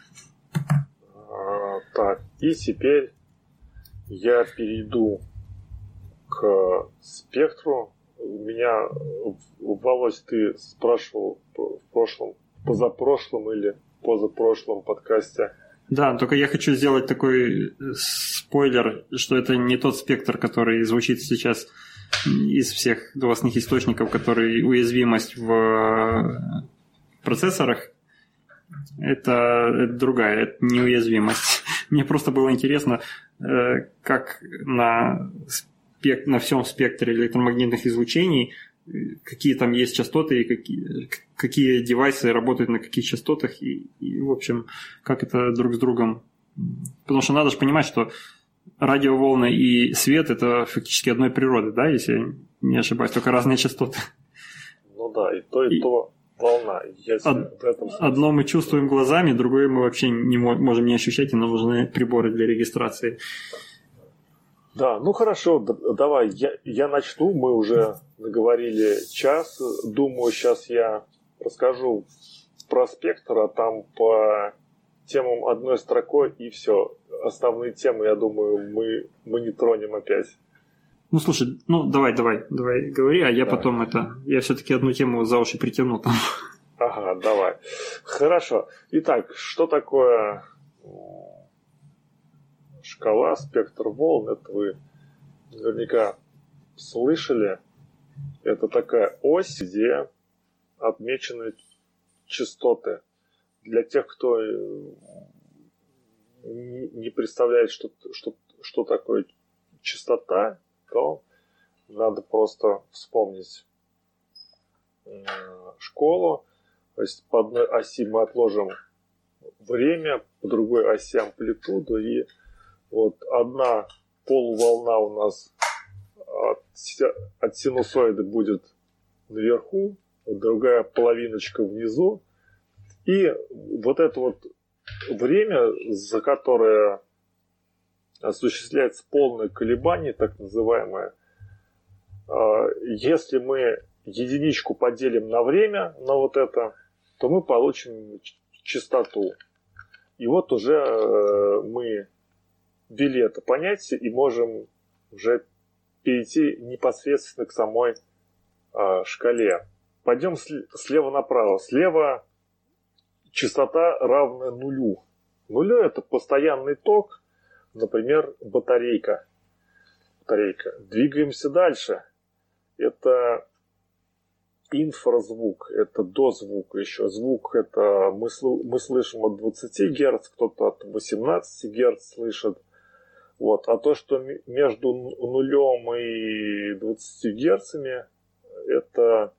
Так, и теперь я перейду к спектру. Меня, Володь, ты спрашивал в прошлом, позапрошлом или позапрошлом подкасте. Да, только я хочу сделать такой спойлер, что это не тот спектр, который звучит сейчас из всех новостных источников, который уязвимость в процессорах. Это другая, это неуязвимость. Мне просто было интересно, как на всем спектре электромагнитных излучений, какие там есть частоты и какие девайсы работают на каких частотах и, в общем, как это друг с другом. Потому что надо же понимать, что радиоволны и свет – это фактически одной природы, да, если я не ошибаюсь, только разные частоты. Ну да, и то волна. Одно мы чувствуем глазами, другое мы вообще не можем не ощущать, и нам нужны приборы для регистрации. Да, ну хорошо, давай, я начну, мы уже наговорили час, думаю, сейчас я расскажу про спектр, а там по темам одной строкой и все. Основные темы, я думаю, мы не тронем опять. Ну слушай, давай говори, а я потом я все-таки одну тему за уши притяну там. Ага, давай. Хорошо. Итак, что такое шкала, спектр волн? Это вы наверняка слышали. Это такая ось, где отмечены частоты. Для тех, кто не представляет, что такое частота, то надо просто вспомнить школу. То есть по одной оси мы отложим время, по другой оси амплитуду, и вот одна полуволна у нас от синусоида будет наверху, другая половиночка внизу. И вот это вот время, за которое осуществляется полное колебание, так называемое, если мы единичку поделим на время, на вот это, то мы получим частоту. И вот уже мы ввели это понятие и можем уже перейти непосредственно к самой шкале. Пойдем слева направо. Слева частота равна нулю. Нулю – это постоянный ток, например, батарейка. Двигаемся дальше. Это инфразвук, это до звука еще. Звук это мы слышим от 20 Гц, кто-то от 18 Гц слышит. Вот. А то, что между 0 и 20 Гц, это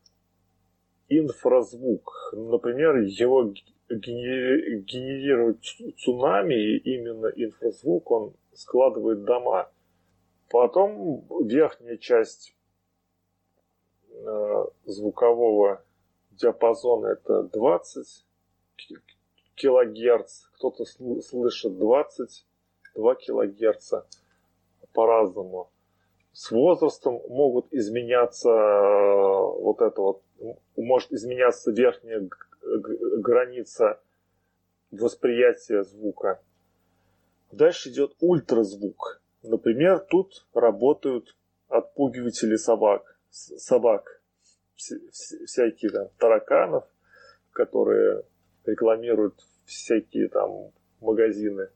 инфразвук. Например, его генерирует цунами, и именно инфразвук, он складывает дома. Потом верхняя часть звукового диапазона это 20 килогерц, кто-то слышит 22 килогерца по-разному. С возрастом могут изменяться вот это вот, может изменяться верхняя граница восприятия звука. Дальше идет ультразвук. Например, тут работают отпугиватели собак, всякие там тараканов, которые рекламируют всякие там магазины,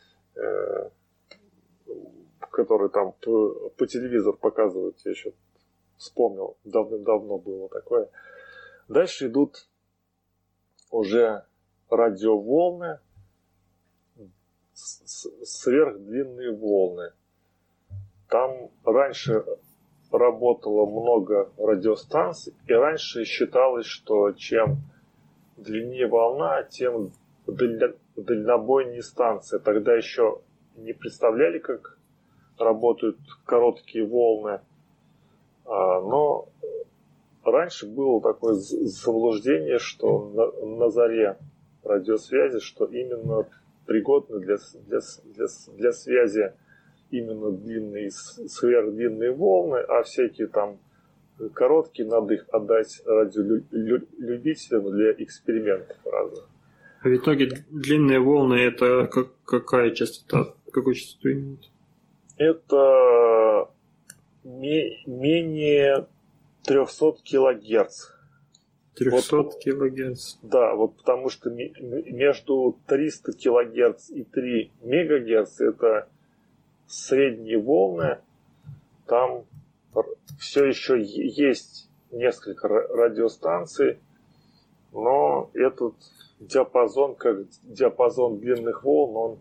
которые там по телевизору показывают. Я еще вспомнил, давным-давно было такое. Дальше идут уже радиоволны, сверхдлинные волны. Там раньше работало много радиостанций, и раньше считалось, что чем длиннее волна, тем дальнобойнее станция. Тогда еще не представляли, как работают короткие волны, но раньше было такое заблуждение, что на заре радиосвязи, что именно пригодны для связи именно длинные, сверхдлинные волны, а всякие там короткие надо их отдать радиолюбителям для экспериментов разных. А в итоге длинные волны это какая частота? Какую частоту имеют? Это менее 300 килогерц. 300 вот, килогерц. Да, вот потому что между 300 килогерц и 3 мегагерц это средние волны. Там все еще есть несколько радиостанций, но этот диапазон, как диапазон длинных волн,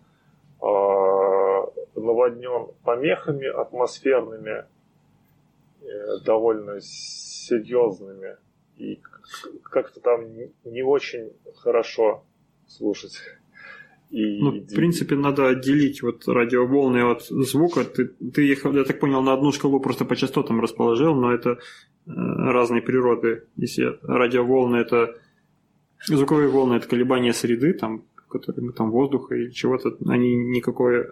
он наводнен помехами атмосферными, довольно серьезными, и как-то там не очень хорошо слушать. В принципе, надо отделить вот радиоволны от звука. Ты их, я так понял, на одну шкалу просто по частотам расположил, но это разные природы. Если радиоволны – это звуковые волны, это колебания среды, там, которые там воздуха или чего-то, они никакой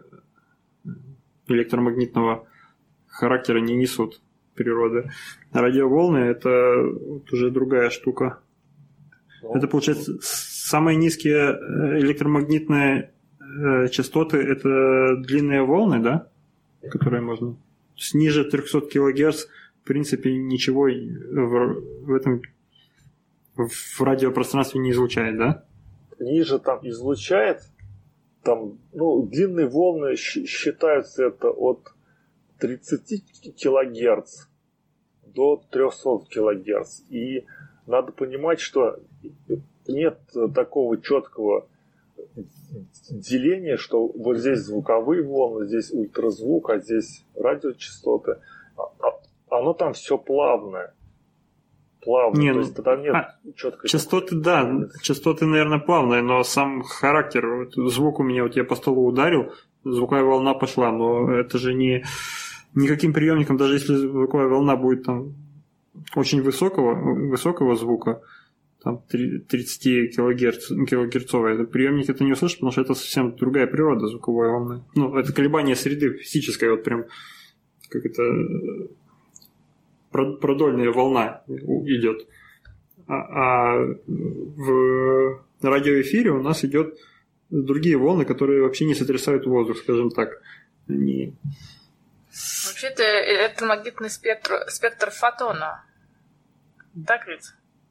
электромагнитного характера не несут природы. А радиоволны – это вот уже другая штука. Это, получается, самые низкие электромагнитные частоты – это длинные волны, да? Которые можно… Ниже 300 кГц, в принципе, ничего в этом в радиопространстве не излучает, да? Ниже там излучает, там, длинные волны считаются это от 30 кГц до 300 кГц. И надо понимать, что нет такого четкого деления, что вот здесь звуковые волны, здесь ультразвук, а здесь радиочастоты. Оно там все плавное. Не, то есть там нет четкой... Частоты, да, частоты, наверное, плавные, но сам характер, звук у меня, вот я по столу ударил, звуковая волна пошла, но это же никаким приемником, даже если звуковая волна будет там очень высокого звука, там 30 килогерцовая, приемник это не услышит, потому что это совсем другая природа звуковой волны. Это колебание среды физическое, вот прям как это продольная волна идет. А в радиоэфире у нас идет другие волны, которые вообще не сотрясают воздух, скажем так. Вообще-то это магнитный спектр фотона. Так ведь?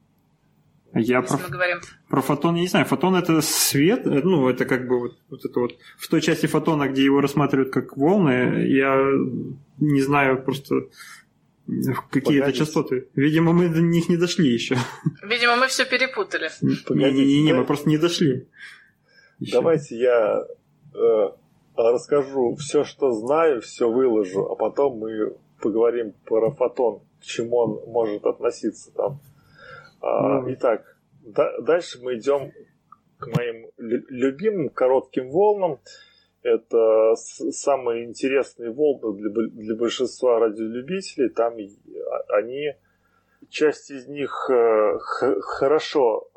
Мы говорим про фотон, я не знаю, фотон это свет, это как бы вот это вот в той части фотона, где его рассматривают как волны, я не знаю просто какие-то частоты. Видимо, мы до них не дошли еще. Видимо, мы все перепутали. Не, мы просто не дошли. Давайте я расскажу все, что знаю, все выложу, а потом мы поговорим про фотон, к чему он может относиться там. Итак, дальше мы идем к моим любимым коротким волнам. Это самые интересные волны для большинства радиолюбителей. Там они, часть из них хорошо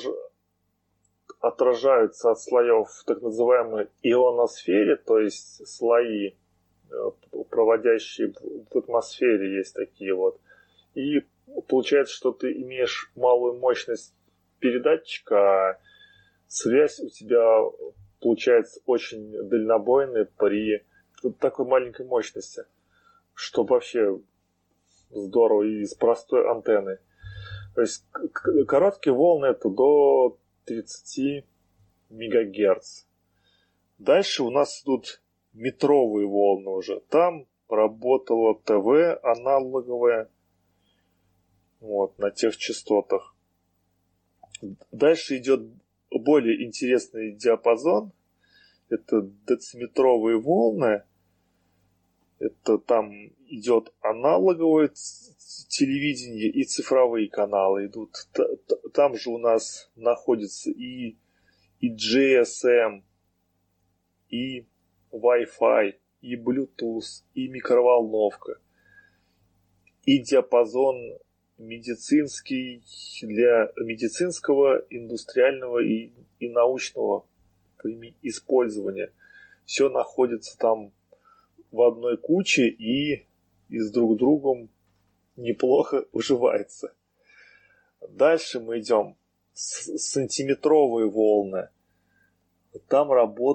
отражаются от слоев в так называемой ионосфере, то есть слои, проводящие в атмосфере, есть такие вот. И получается, что ты имеешь малую мощность передатчика, а связь у тебя получается очень дальнобойная при такой маленькой мощности, что вообще здорово, и с простой антенной. То есть короткие волны это до 30 МГц. Дальше у нас идут метровые волны уже. Там работало ТВ аналоговое вот, на тех частотах. Дальше идет более интересный диапазон. Это дециметровые волны. Это там идет аналоговое телевидение и цифровые каналы идут. Там же у нас находится и GSM, и Wi-Fi, и Bluetooth, и микроволновка, и диапазон медицинский для медицинского, индустриального и научного использования. Все находится там в одной куче и с друг другом неплохо уживается. Дальше мы идем. Сантиметровые волны. Там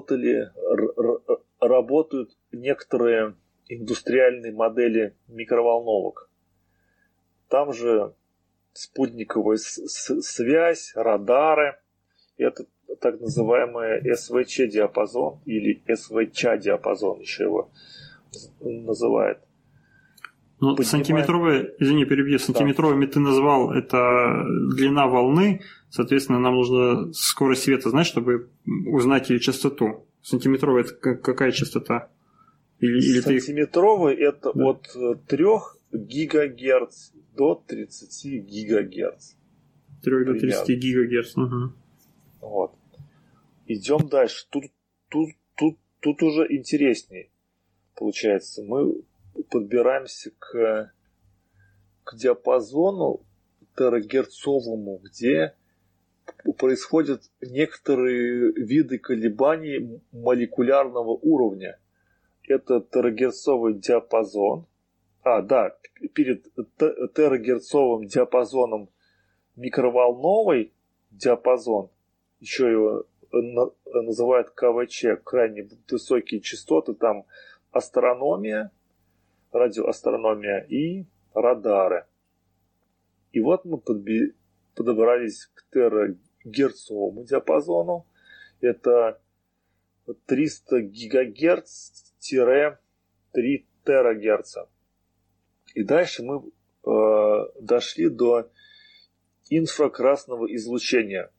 работают некоторые индустриальные модели микроволновок. Там же спутниковая связь, радары. Это так называемый СВЧ-диапазон или СВЧ-диапазон еще его называют. Ну, сантиметровые, извини, перебью, сантиметровыми ты назвал, это длина волны, соответственно, нам нужно скорость света знать, чтобы узнать ее частоту. Сантиметровая это какая частота? Сантиметровый это да. От 3 ГГц до 30 ГГц. 3 до 30 ГГц, угу. Вот. Идем дальше. Тут уже интереснее получается. Мы подбираемся к диапазону терагерцовому, где происходят некоторые виды колебаний молекулярного уровня. Это терагерцовый диапазон. Перед терагерцовым диапазоном микроволновый диапазон, еще его называют КВЧ, крайне высокие частоты, там астрономия, радиоастрономия и радары. И вот мы подобрались к терагерцовому диапазону. Это 300 ГГц-3 ТГц. И дальше мы дошли до инфракрасного излучения.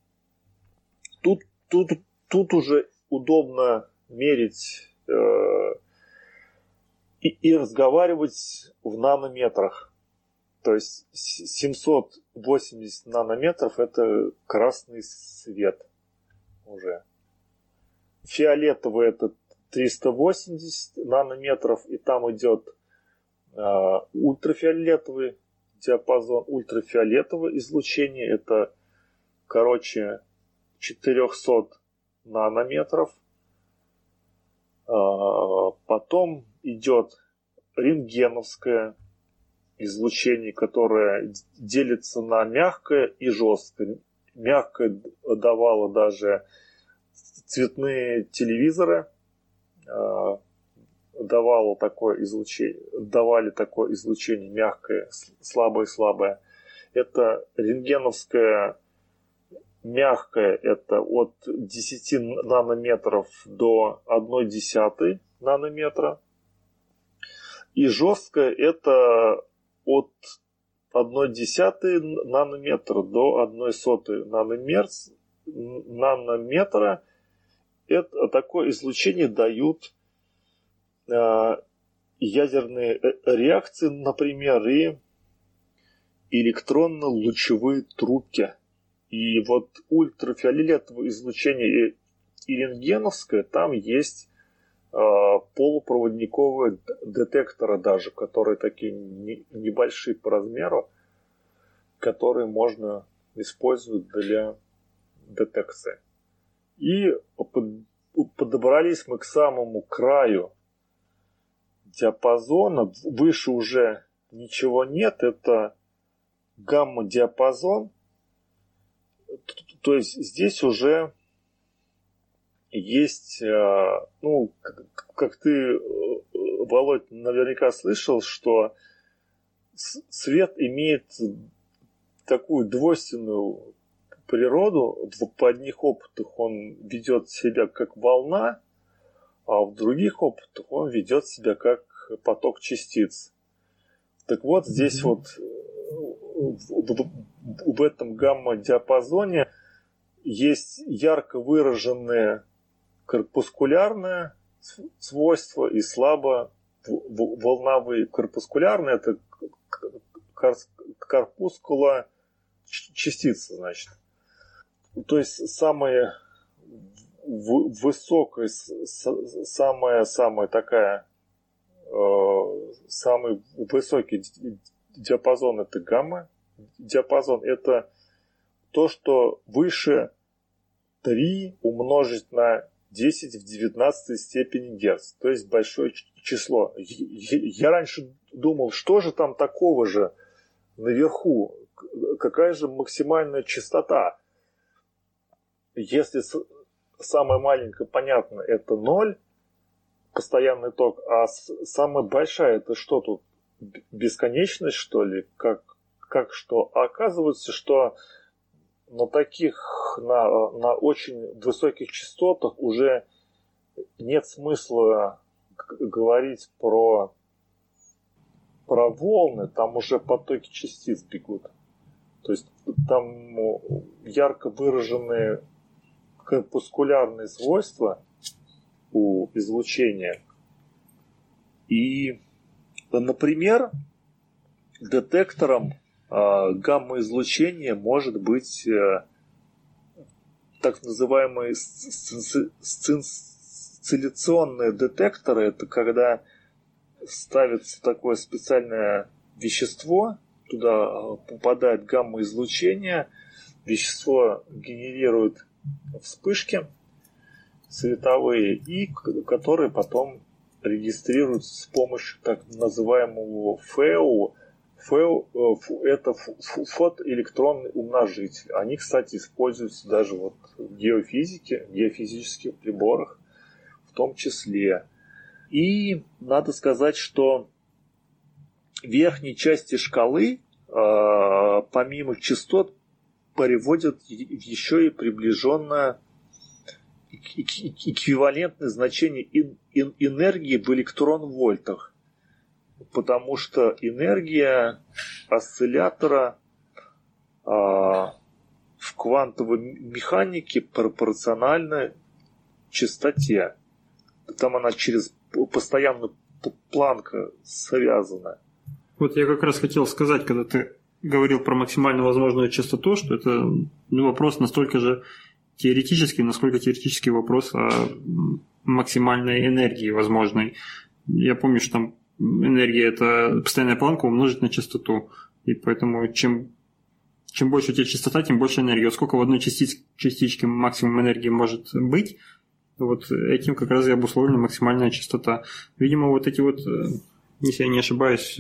Тут уже удобно мерить и разговаривать в нанометрах. То есть 780 нанометров это красный свет уже. Фиолетовый это 380 нанометров, и там идет ультрафиолетовый диапазон, ультрафиолетовое излучение, это, 400 нанометров. Потом идет рентгеновское излучение, которое делится на мягкое и жесткое. Мягкое давало даже цветные телевизоры, давали такое излучение мягкое, слабое. Это рентгеновское мягкое, это от 10 нанометров до 1,1 нанометра. И жесткое это от 0,1 нанометра до 0,01 нанометра. Это такое излучение дают ядерные реакции, например, и электронно-лучевые трубки. И вот ультрафиолетовое излучение и рентгеновское, там есть полупроводниковые детекторы даже, которые такие небольшие по размеру, которые можно использовать для детекции. И подобрались мы к самому краю диапазона. Выше уже ничего нет. Это гамма-диапазон. То есть здесь уже есть, ну, как ты, Володь, наверняка слышал, что свет имеет такую двойственную природу. В одних опытах он ведет себя как волна, а в других опытах он ведет себя как поток частиц. Так вот, здесь вот в этом гамма-диапазоне есть ярко выраженные корпускулярное свойство и слабо волновые. Корпускулярные — это корпускула частицы, значит. То есть самая высокая, самая такая, самый высокий диапазон — это гамма-диапазон. Это то, что выше 3 умножить на 10 в 19 степени Герц. То есть большое число. Я раньше думал, что же там такого же наверху? Какая же максимальная частота? Если самая маленькая, понятно, это 0, постоянный ток, а самая большая — это что тут? Бесконечность, что ли? Как что? А оказывается, что на очень высоких частотах уже нет смысла говорить про волны, там уже потоки частиц бегут. То есть там ярко выраженные корпускулярные свойства у излучения. И, например, детектором гамма-излучения может быть так называемые сцилляционные детекторы. Это когда ставится такое специальное вещество, туда попадает гамма-излучение, вещество генерирует вспышки световые, и которые потом регистрируются с помощью так называемого ФЭУ. ФЭУ – это фотоэлектронный умножитель. Они, кстати, используются даже вот в геофизике, в геофизических приборах в том числе. И надо сказать, что в верхней части шкалы, помимо частот, приводят еще и приближенное эквивалентное значение энергии в электрон-вольтах. Потому что энергия осциллятора в квантовой механике пропорциональна частоте. Там она через постоянную Планка связана. Вот я как раз хотел сказать, когда ты говорил про максимально возможную частоту, что это вопрос настолько же теоретический, насколько теоретический вопрос о максимальной энергии возможной. Я помню, что там энергия – это постоянная планка умножить на частоту. И поэтому чем больше у тебя частота, тем больше энергии. Вот сколько в одной частичке максимум энергии может быть, вот этим как раз и обусловлена максимальная частота. Видимо, вот эти вот, если я не ошибаюсь,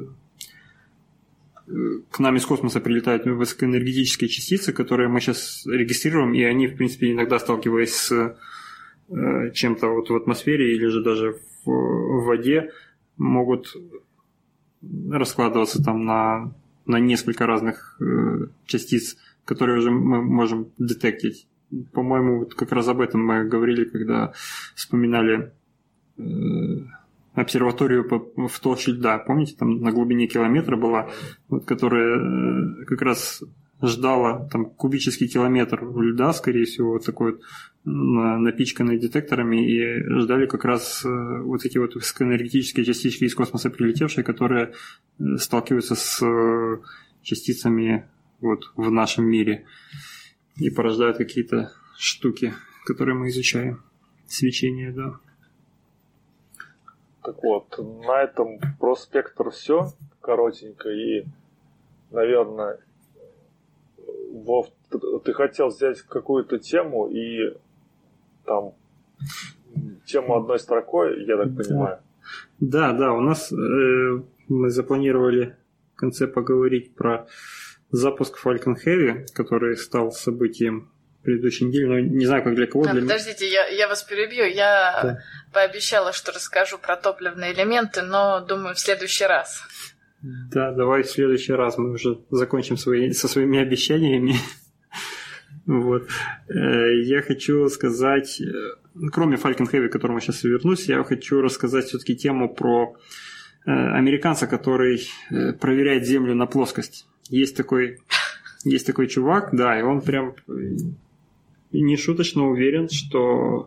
к нам из космоса прилетают высокоэнергетические частицы, которые мы сейчас регистрируем, и они, в принципе, иногда, сталкиваясь с чем-то вот в атмосфере или же даже в воде, могут раскладываться там на несколько разных частиц, которые уже мы можем детектить. По-моему, вот как раз об этом мы говорили, когда вспоминали обсерваторию в толще льда. Помните, там на глубине километра была, вот, которая как раз ждала там кубический километр льда, скорее всего, вот такой вот напичканный детекторами, и ждали как раз вот эти вот высокоэнергетические частички из космоса прилетевшие, которые сталкиваются с частицами вот в нашем мире и порождают какие-то штуки, которые мы изучаем. Свечение, да. Так вот, на этом про спектр все коротенько. И, наверное, Вов, ты хотел взять какую-то тему и там тему одной строкой, я так понимаю. Да, у нас мы запланировали в конце поговорить про запуск Falcon Heavy, который стал событием предыдущей недели, но не знаю, как для кого. Подождите, я вас перебью. Я пообещала, что расскажу про топливные элементы, но, думаю, в следующий раз. Да, давай в следующий раз. Мы уже закончим со своими обещаниями. Вот. Я хочу сказать, кроме Falcon Heavy, к которому сейчас и вернусь, я хочу рассказать все-таки тему про американца, который проверяет Землю на плоскость. Есть такой чувак, да, и он прям нешуточно уверен, что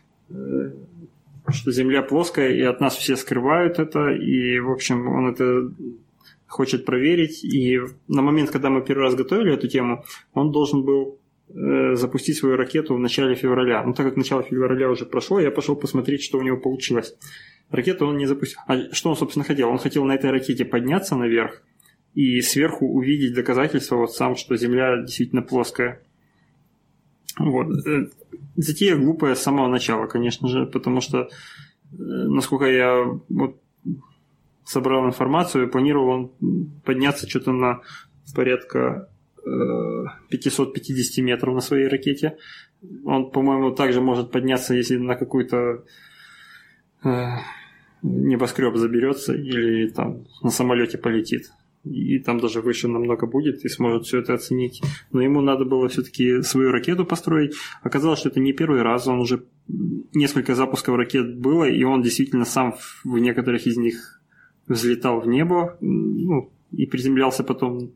Земля плоская, и от нас все скрывают это, и, в общем, он это хочет проверить, и на момент, когда мы первый раз готовили эту тему, он должен был запустить свою ракету в начале февраля. Но так как начало февраля уже прошло, я пошел посмотреть, что у него получилось. Ракету он не запустил. А что он, собственно, хотел? Он хотел на этой ракете подняться наверх и сверху увидеть доказательства вот сам, что Земля действительно плоская. Вот. Затея глупая с самого начала, конечно же, потому что, насколько я вот собрал информацию, планировал он подняться что-то на порядка 550 метров на своей ракете. Он, по-моему, также может подняться, если на какой-то небоскреб заберется или там на самолете полетит. И там даже выше намного будет, и сможет все это оценить. Но ему надо было все-таки свою ракету построить. Оказалось, что это не первый раз, он уже несколько запусков ракет было, и он действительно сам в некоторых из них взлетал в небо, ну, и приземлялся потом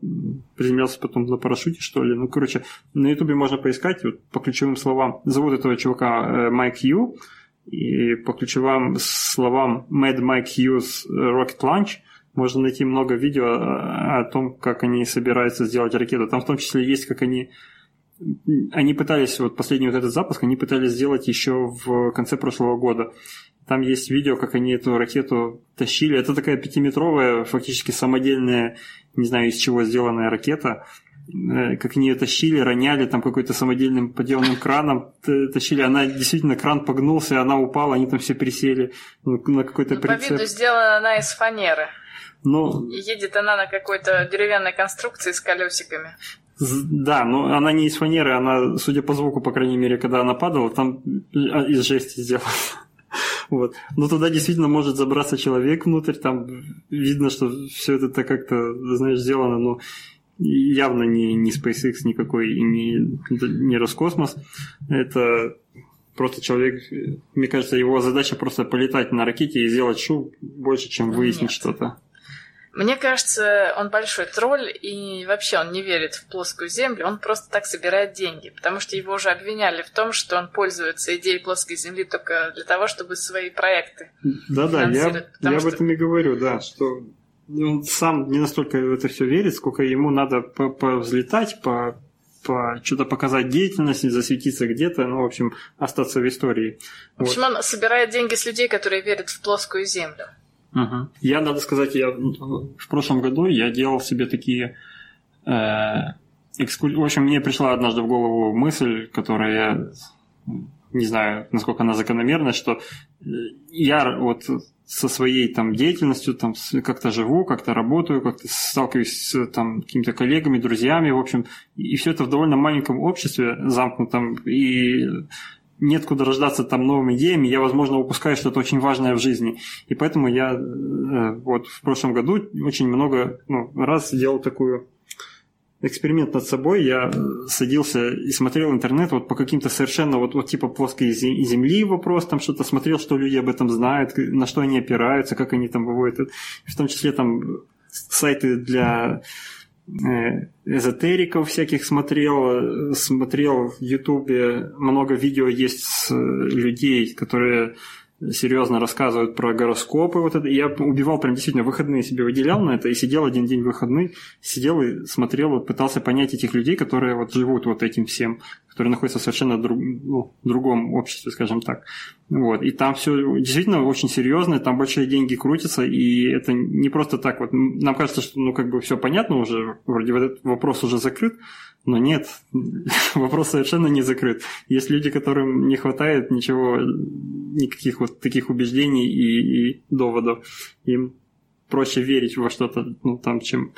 на парашюте, что ли. Ну, короче, на Ютубе можно поискать вот, по ключевым словам. Зовут этого чувака Майк Ю, и по ключевым словам Mad Mike Hughes Rocket Launch можно найти много видео о том, как они собираются сделать ракету. Там в том числе есть, как они пытались, вот последний вот этот запуск, они пытались сделать еще в конце прошлого года. Там есть видео, как они эту ракету тащили. Это такая 5-метровая, фактически самодельная, не знаю, из чего сделанная ракета. Как они ее тащили, роняли, там какой-то самодельным подъемным краном тащили. Она действительно, кран погнулся, она упала, они там все присели на какой-то прицеп. По виду сделана она из фанеры. Но... И едет она на какой-то деревянной конструкции с колесиками. Да, но она не из фанеры, она, судя по звуку, по крайней мере, когда она падала, там из жести сделана. Вот. Но туда действительно может забраться человек внутрь, там видно, что все это как-то, знаешь, сделано, но явно не SpaceX никакой и не Роскосмос. Это просто человек, мне кажется, его задача просто полетать на ракете и сделать шум больше, чем выяснить что-то. Мне кажется, он большой тролль, и вообще он не верит в плоскую землю, он просто так собирает деньги, потому что его уже обвиняли в том, что он пользуется идеей плоской земли только для того, чтобы свои проекты финансировать. Я об этом и говорю, да, что он сам не настолько в это все верит, сколько ему надо повзлетать, что-то показать деятельность, засветиться где-то, ну, в общем, остаться в истории. В общем, он собирает деньги с людей, которые верят в плоскую землю. Угу. Я, надо сказать, в прошлом году я делал себе такие экскурсии. В общем, мне пришла однажды в голову мысль, которая я не знаю, насколько она закономерна, что я вот со своей там деятельностью там как-то живу, как-то работаю, как-то сталкиваюсь с там какими-то коллегами, друзьями, в общем, и все это в довольно маленьком обществе замкнутом, и нет куда рождаться там новыми идеями, я, возможно, упускаю что-то очень важное в жизни. И поэтому я вот в прошлом году очень много раз делал такую эксперимент над собой. Я садился и смотрел интернет вот по каким-то совершенно вот типа плоской земли вопрос, там что-то смотрел, что люди об этом знают, на что они опираются, как они там выводят. В том числе там сайты для эзотериков всяких смотрел в Ютубе. Много видео есть с людей, которые серьезно рассказывают про гороскопы. Вот это. Я убивал прям действительно выходные себе выделял на это и сидел один день выходный, сидел и смотрел, вот, пытался понять этих людей, которые вот живут вот этим всем, которые находятся в совершенно другом обществе, скажем так. Вот. И там все действительно очень серьезно, там большие деньги крутятся, и это не просто так. Вот нам кажется, что ну как бы все понятно уже, вроде вот этот вопрос уже закрыт, но нет, вопрос совершенно не закрыт. Есть люди, которым не хватает ничего, никаких вот таких убеждений и доводов. Им проще верить во что-то, ну, там, чем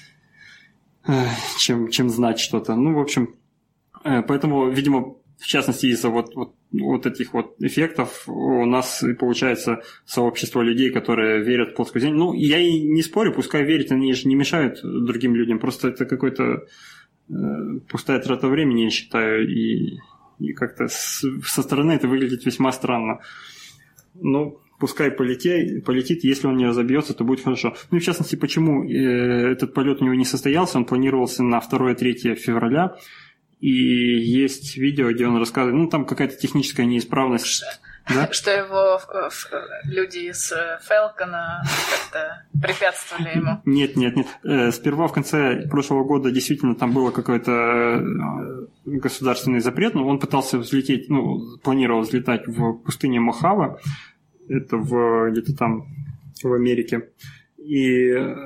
знать что-то. Ну, в общем, поэтому, видимо, в частности, из-за вот этих вот эффектов у нас и получается сообщество людей, которые верят в плоскую землю. Ну, я и не спорю, пускай верят, они же не мешают другим людям, просто это какой-то пустая трата времени, я считаю, и как-то со стороны это выглядит весьма странно. Ну, пускай полетит, если он не разобьется, то будет хорошо. Ну и в частности, почему этот полет у него не состоялся, он планировался на 2-3 февраля, и есть видео, где он рассказывает, ну там какая-то техническая неисправность. Да? Что его люди из Falcon как-то препятствовали ему. Нет. Сперва в конце прошлого года действительно там был какой-то государственный запрет, но он пытался взлететь, ну, планировал взлетать в пустыне Мохава, это где-то там в Америке, и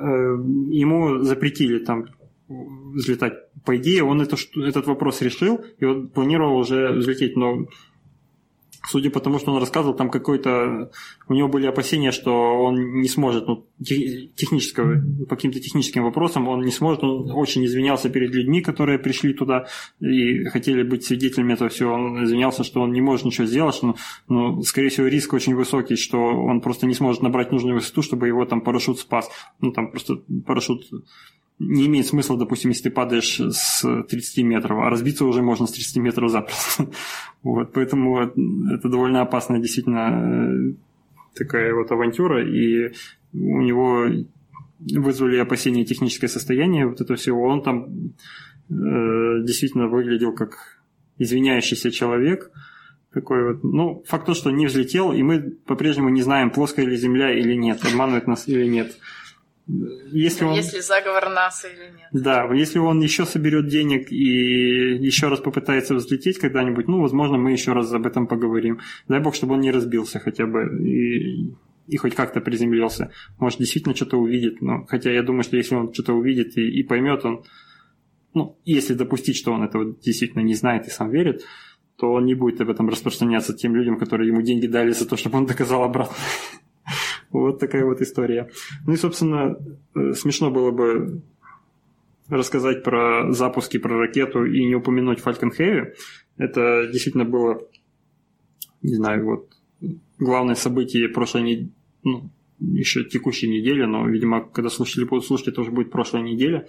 ему запретили там взлетать. По идее, он этот вопрос решил, и он планировал уже взлететь, но судя по тому, что он рассказывал, там у него были опасения, что он не сможет, ну, по каким-то техническим вопросам он не сможет, он очень извинялся перед людьми, которые пришли туда и хотели быть свидетелями этого всего, он извинялся, что он не может ничего сделать, но скорее всего, риск очень высокий, что он просто не сможет набрать нужную высоту, чтобы его там парашют спас. Ну, там просто парашют не имеет смысла, допустим, если ты падаешь с 30 метров, а разбиться уже можно с 30 метров запросто. Вот, поэтому это довольно опасная действительно такая вот авантюра, и у него вызвали опасения техническое состояние вот этого всего. Он там действительно выглядел как извиняющийся человек. Такой вот. Ну, факт то, что не взлетел, и мы по-прежнему не знаем, плоская ли Земля или нет, обманывает нас или нет. Если заговор НАСА или нет. Да, если он еще соберет денег и еще раз попытается взлететь когда-нибудь, ну, возможно, мы еще раз об этом поговорим. Дай бог, чтобы он не разбился хотя бы и хоть как-то приземлился. Может, действительно что-то увидит. Но, хотя я думаю, что если он что-то увидит и поймет, он, ну, если допустить, что он этого действительно не знает и сам верит, то он не будет об этом распространяться тем людям, которые ему деньги дали за то, чтобы он доказал обратно. Вот такая вот история. Ну и, собственно, смешно было бы рассказать про запуски, про ракету и не упомянуть Falcon Heavy. Это действительно было, не знаю, вот главное событие прошлой ну, еще текущей недели, но, видимо, когда слушатели будут слушать, это уже будет прошлая неделя.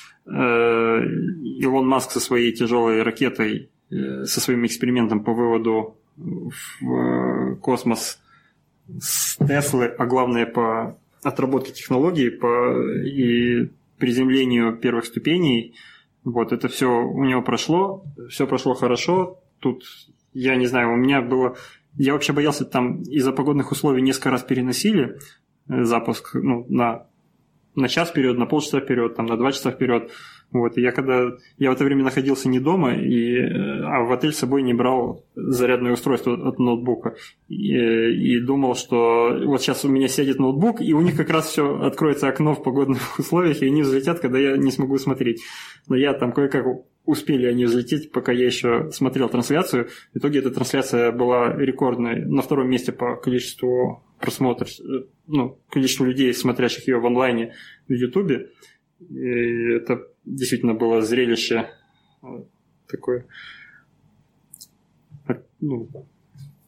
Илон Маск со своей тяжелой ракетой, со своим экспериментом по выводу в космос с Теслы, а главное по отработке технологий и приземлению первых ступеней. Вот это все у него прошло, все прошло хорошо. Тут, я не знаю, у меня было... Я вообще боялся, там из-за погодных условий несколько раз переносили запуск, ну, на час вперед, на полчаса вперед, там, на 2 часа вперед. Вот, и я в это время находился не дома, а в отель с собой не брал зарядное устройство от ноутбука. И думал, что вот сейчас у меня сядет ноутбук, и у них как раз все откроется окно в погодных условиях, и они взлетят, когда я не смогу смотреть. Но я там кое-как успели они взлететь, пока я еще смотрел трансляцию. В итоге эта трансляция была рекордной, на 2-м месте по количеству просмотров, ну, количеству людей, смотрящих ее в онлайне в Ютубе. И это действительно было зрелище такое, ну,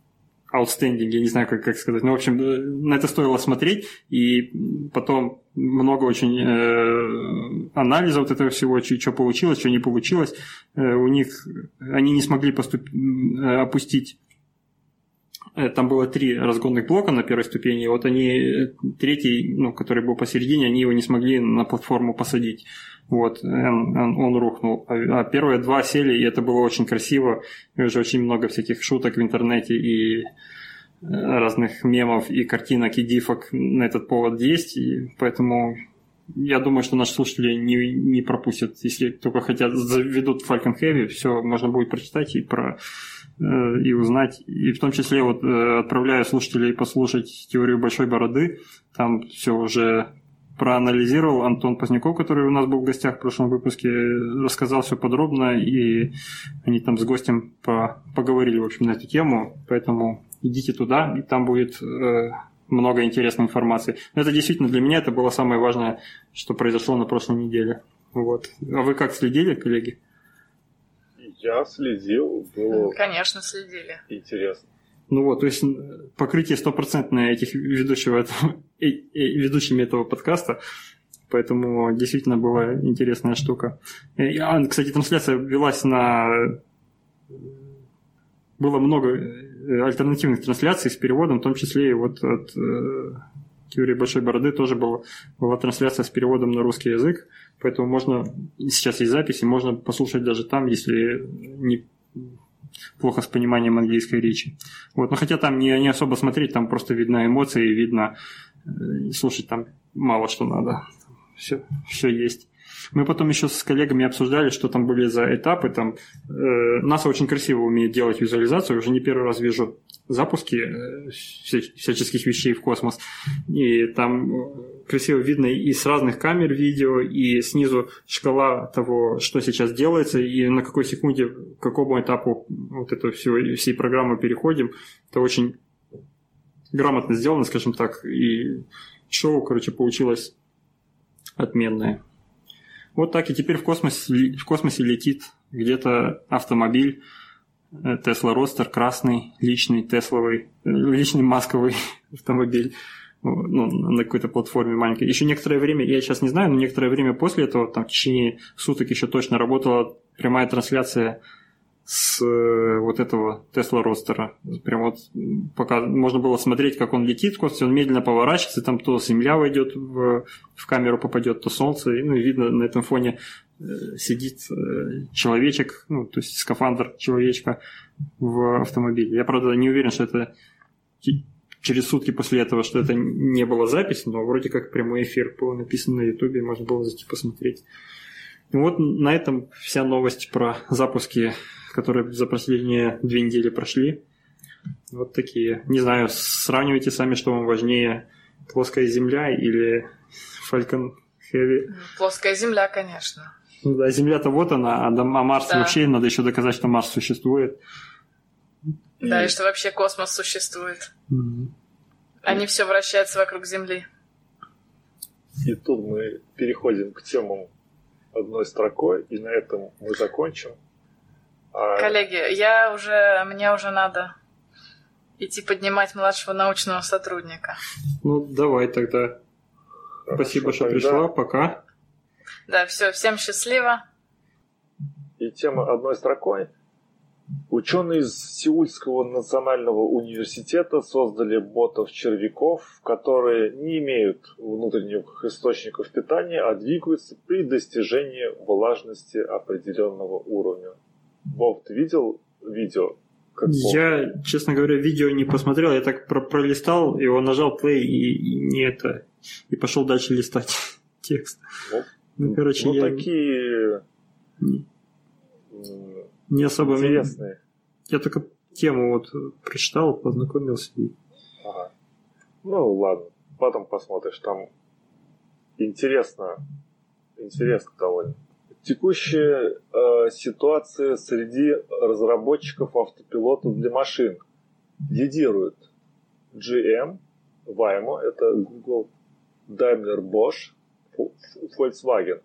outstanding, я не знаю, как сказать. Ну, в общем, на это стоило смотреть, и потом много очень анализа вот этого всего, что получилось, что не получилось. У них они не смогли опустить. Там было 3 разгонных блока на первой ступени, и вот они третий, ну, который был посередине, они его не смогли на платформу посадить. Вот, он рухнул. А первые 2 сели, и это было очень красиво. И уже очень много всяких шуток в интернете и разных мемов, и картинок, и дифок на этот повод есть. И поэтому я думаю, что наши слушатели не пропустят. Если только хотят, заведут Falcon Heavy, все можно будет прочитать и узнать. И в том числе вот отправляю слушателей послушать теорию Большой Бороды. Там все уже проанализировал Антон Поздняков, который у нас был в гостях в прошлом выпуске, рассказал все подробно, и они там с гостем поговорили, в общем, на эту тему. Поэтому идите туда, и там будет много интересной информации. Но это действительно для меня это было самое важное, что произошло на прошлой неделе. Вот. А вы как следили, коллеги? Я следил, было... Конечно, следили. Интересно. Ну вот, то есть покрытие 100% этих ведущими этого подкаста, поэтому действительно была интересная штука. Кстати, трансляция велась было много альтернативных трансляций с переводом, в том числе и вот от теории Большой Бороды тоже была трансляция с переводом на русский язык, поэтому можно, сейчас есть записи, можно послушать даже там, если не плохо с пониманием английской речи. Вот. Но хотя там не особо смотреть, там просто видно эмоции, видно, слушать там мало что надо. Все есть. Мы потом еще с коллегами обсуждали, что там были за этапы. Там, НАСА очень красиво умеет делать визуализацию. Уже не первый раз вижу запуски всяческих вещей в космос. И там красиво видно и с разных камер видео, и снизу шкала того, что сейчас делается, и на какой секунде, к какому этапу вот этого всей программы переходим. Это очень грамотно сделано, скажем так. И шоу, короче, получилось отменное. Вот так и теперь в космосе летит где-то автомобиль Tesla Roadster, красный, личный масковый автомобиль, ну, на какой-то платформе маленькой. Еще некоторое время, я сейчас не знаю, но некоторое время после этого, там в течение суток еще точно работала прямая трансляция с вот этого Tesla Roadster. Прям вот пока можно было смотреть, как он летит в космосе, он медленно поворачивается, там то Земля войдет в камеру, попадет, то Солнце, и, ну, и видно на этом фоне сидит человечек, ну, то есть скафандр человечка в автомобиле. Я, правда, не уверен, что это через сутки после этого, что это не было запись, но вроде как прямой эфир было написано на Ютубе, можно было зайти посмотреть. И вот на этом вся новость про запуски, которые за последние 2 недели прошли. Вот такие. Не знаю, сравнивайте сами, что вам важнее, плоская Земля или Falcon Heavy. Плоская Земля, конечно. Ну да, Земля-то вот она, а Марс вообще надо еще доказать, что Марс существует. Да, и что вообще космос существует. А не все вращается вокруг Земли. И тут мы переходим к темам одной строкой, и на этом мы закончим. Коллеги, мне уже надо идти поднимать младшего научного сотрудника. Ну, давай тогда. Хорошо, спасибо, что пришла. Пока. Да, все, всем счастливо. И тема одной строкой. Ученые из Сеульского национального университета создали ботов-червяков, которые не имеют внутренних источников питания, а двигаются при достижении влажности определенного уровня. Вов, ты видел видео? Я, честно говоря, видео не посмотрел, я так пролистал, его нажал play и пошел дальше листать текст. Короче, такие не особо интересные. Я только тему вот прочитал, познакомился. Ага. Ну ладно, потом посмотришь, там интересно довольно. Текущая ситуация среди разработчиков автопилота для машин. Лидируют GM, Waymo, это Google, Daimler, Bosch, Volkswagen.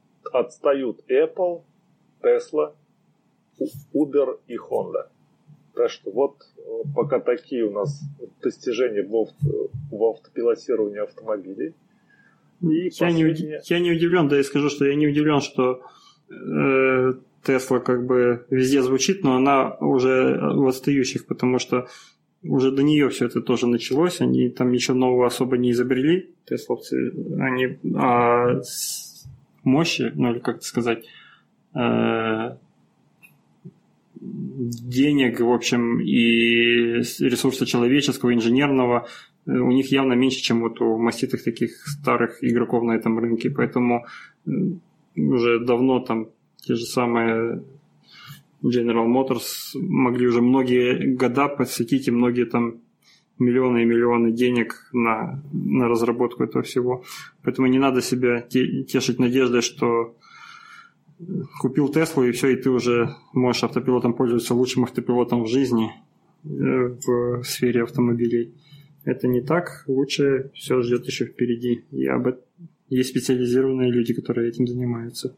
Отстают Apple, Tesla, Uber и Honda. Так что вот пока такие у нас достижения в автопилотировании автомобилей. И я не удивлен, да, я скажу, что я не удивлен, что Тесла как бы везде звучит, но она уже в отстающих, потому что уже до нее все это тоже началось, они там ничего нового особо не изобрели, тесловцы, они мощи, ну или как сказать, денег, в общем, и ресурса человеческого, инженерного у них явно меньше, чем вот у маститых таких старых игроков на этом рынке, поэтому уже давно там те же самые General Motors могли уже многие года посвятить и многие там миллионы и миллионы денег на разработку этого всего. Поэтому не надо себя тешить надеждой, что купил Теслу и все, и ты уже можешь автопилотом пользоваться, лучшим автопилотом в жизни в сфере автомобилей. Это не так. Лучше все ждет еще впереди. Есть специализированные люди, которые этим занимаются.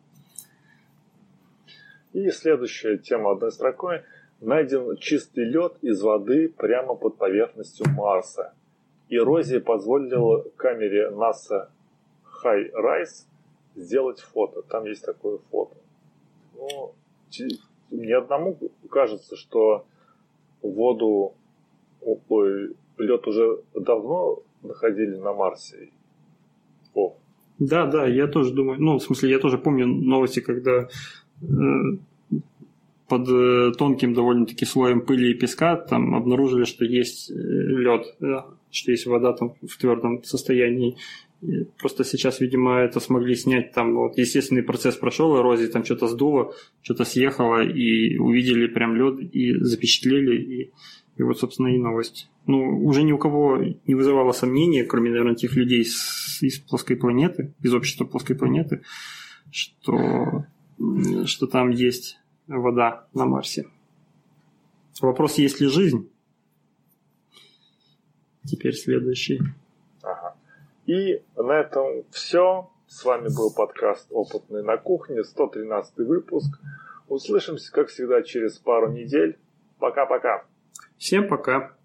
И следующая тема одной строкой. Найден чистый лед из воды прямо под поверхностью Марса. Эрозия позволила камере NASA HiRISE сделать фото. Там есть такое фото. Но мне одному кажется, что лед уже давно находили на Марсе. Да, я тоже думаю. Ну, в смысле, я тоже помню новости, когда под тонким довольно-таки слоем пыли и песка там обнаружили, что есть лед, что есть вода там в твердом состоянии. И просто сейчас, видимо, это смогли снять. Там вот естественный процесс прошел, эрозии, там что-то сдуло, что-то съехало, и увидели прям лед, и запечатлели, и вот, собственно, и новость. Ну, уже ни у кого не вызывало сомнения, кроме, наверное, тех людей из плоской планеты, из общества плоской планеты, что там есть вода на Марсе. Вопрос, есть ли жизнь? Теперь следующий. Ага. И на этом все. С вами был подкаст «Опытный на кухне», 113 выпуск. Услышимся, как всегда, через пару недель. Пока-пока. Всем пока.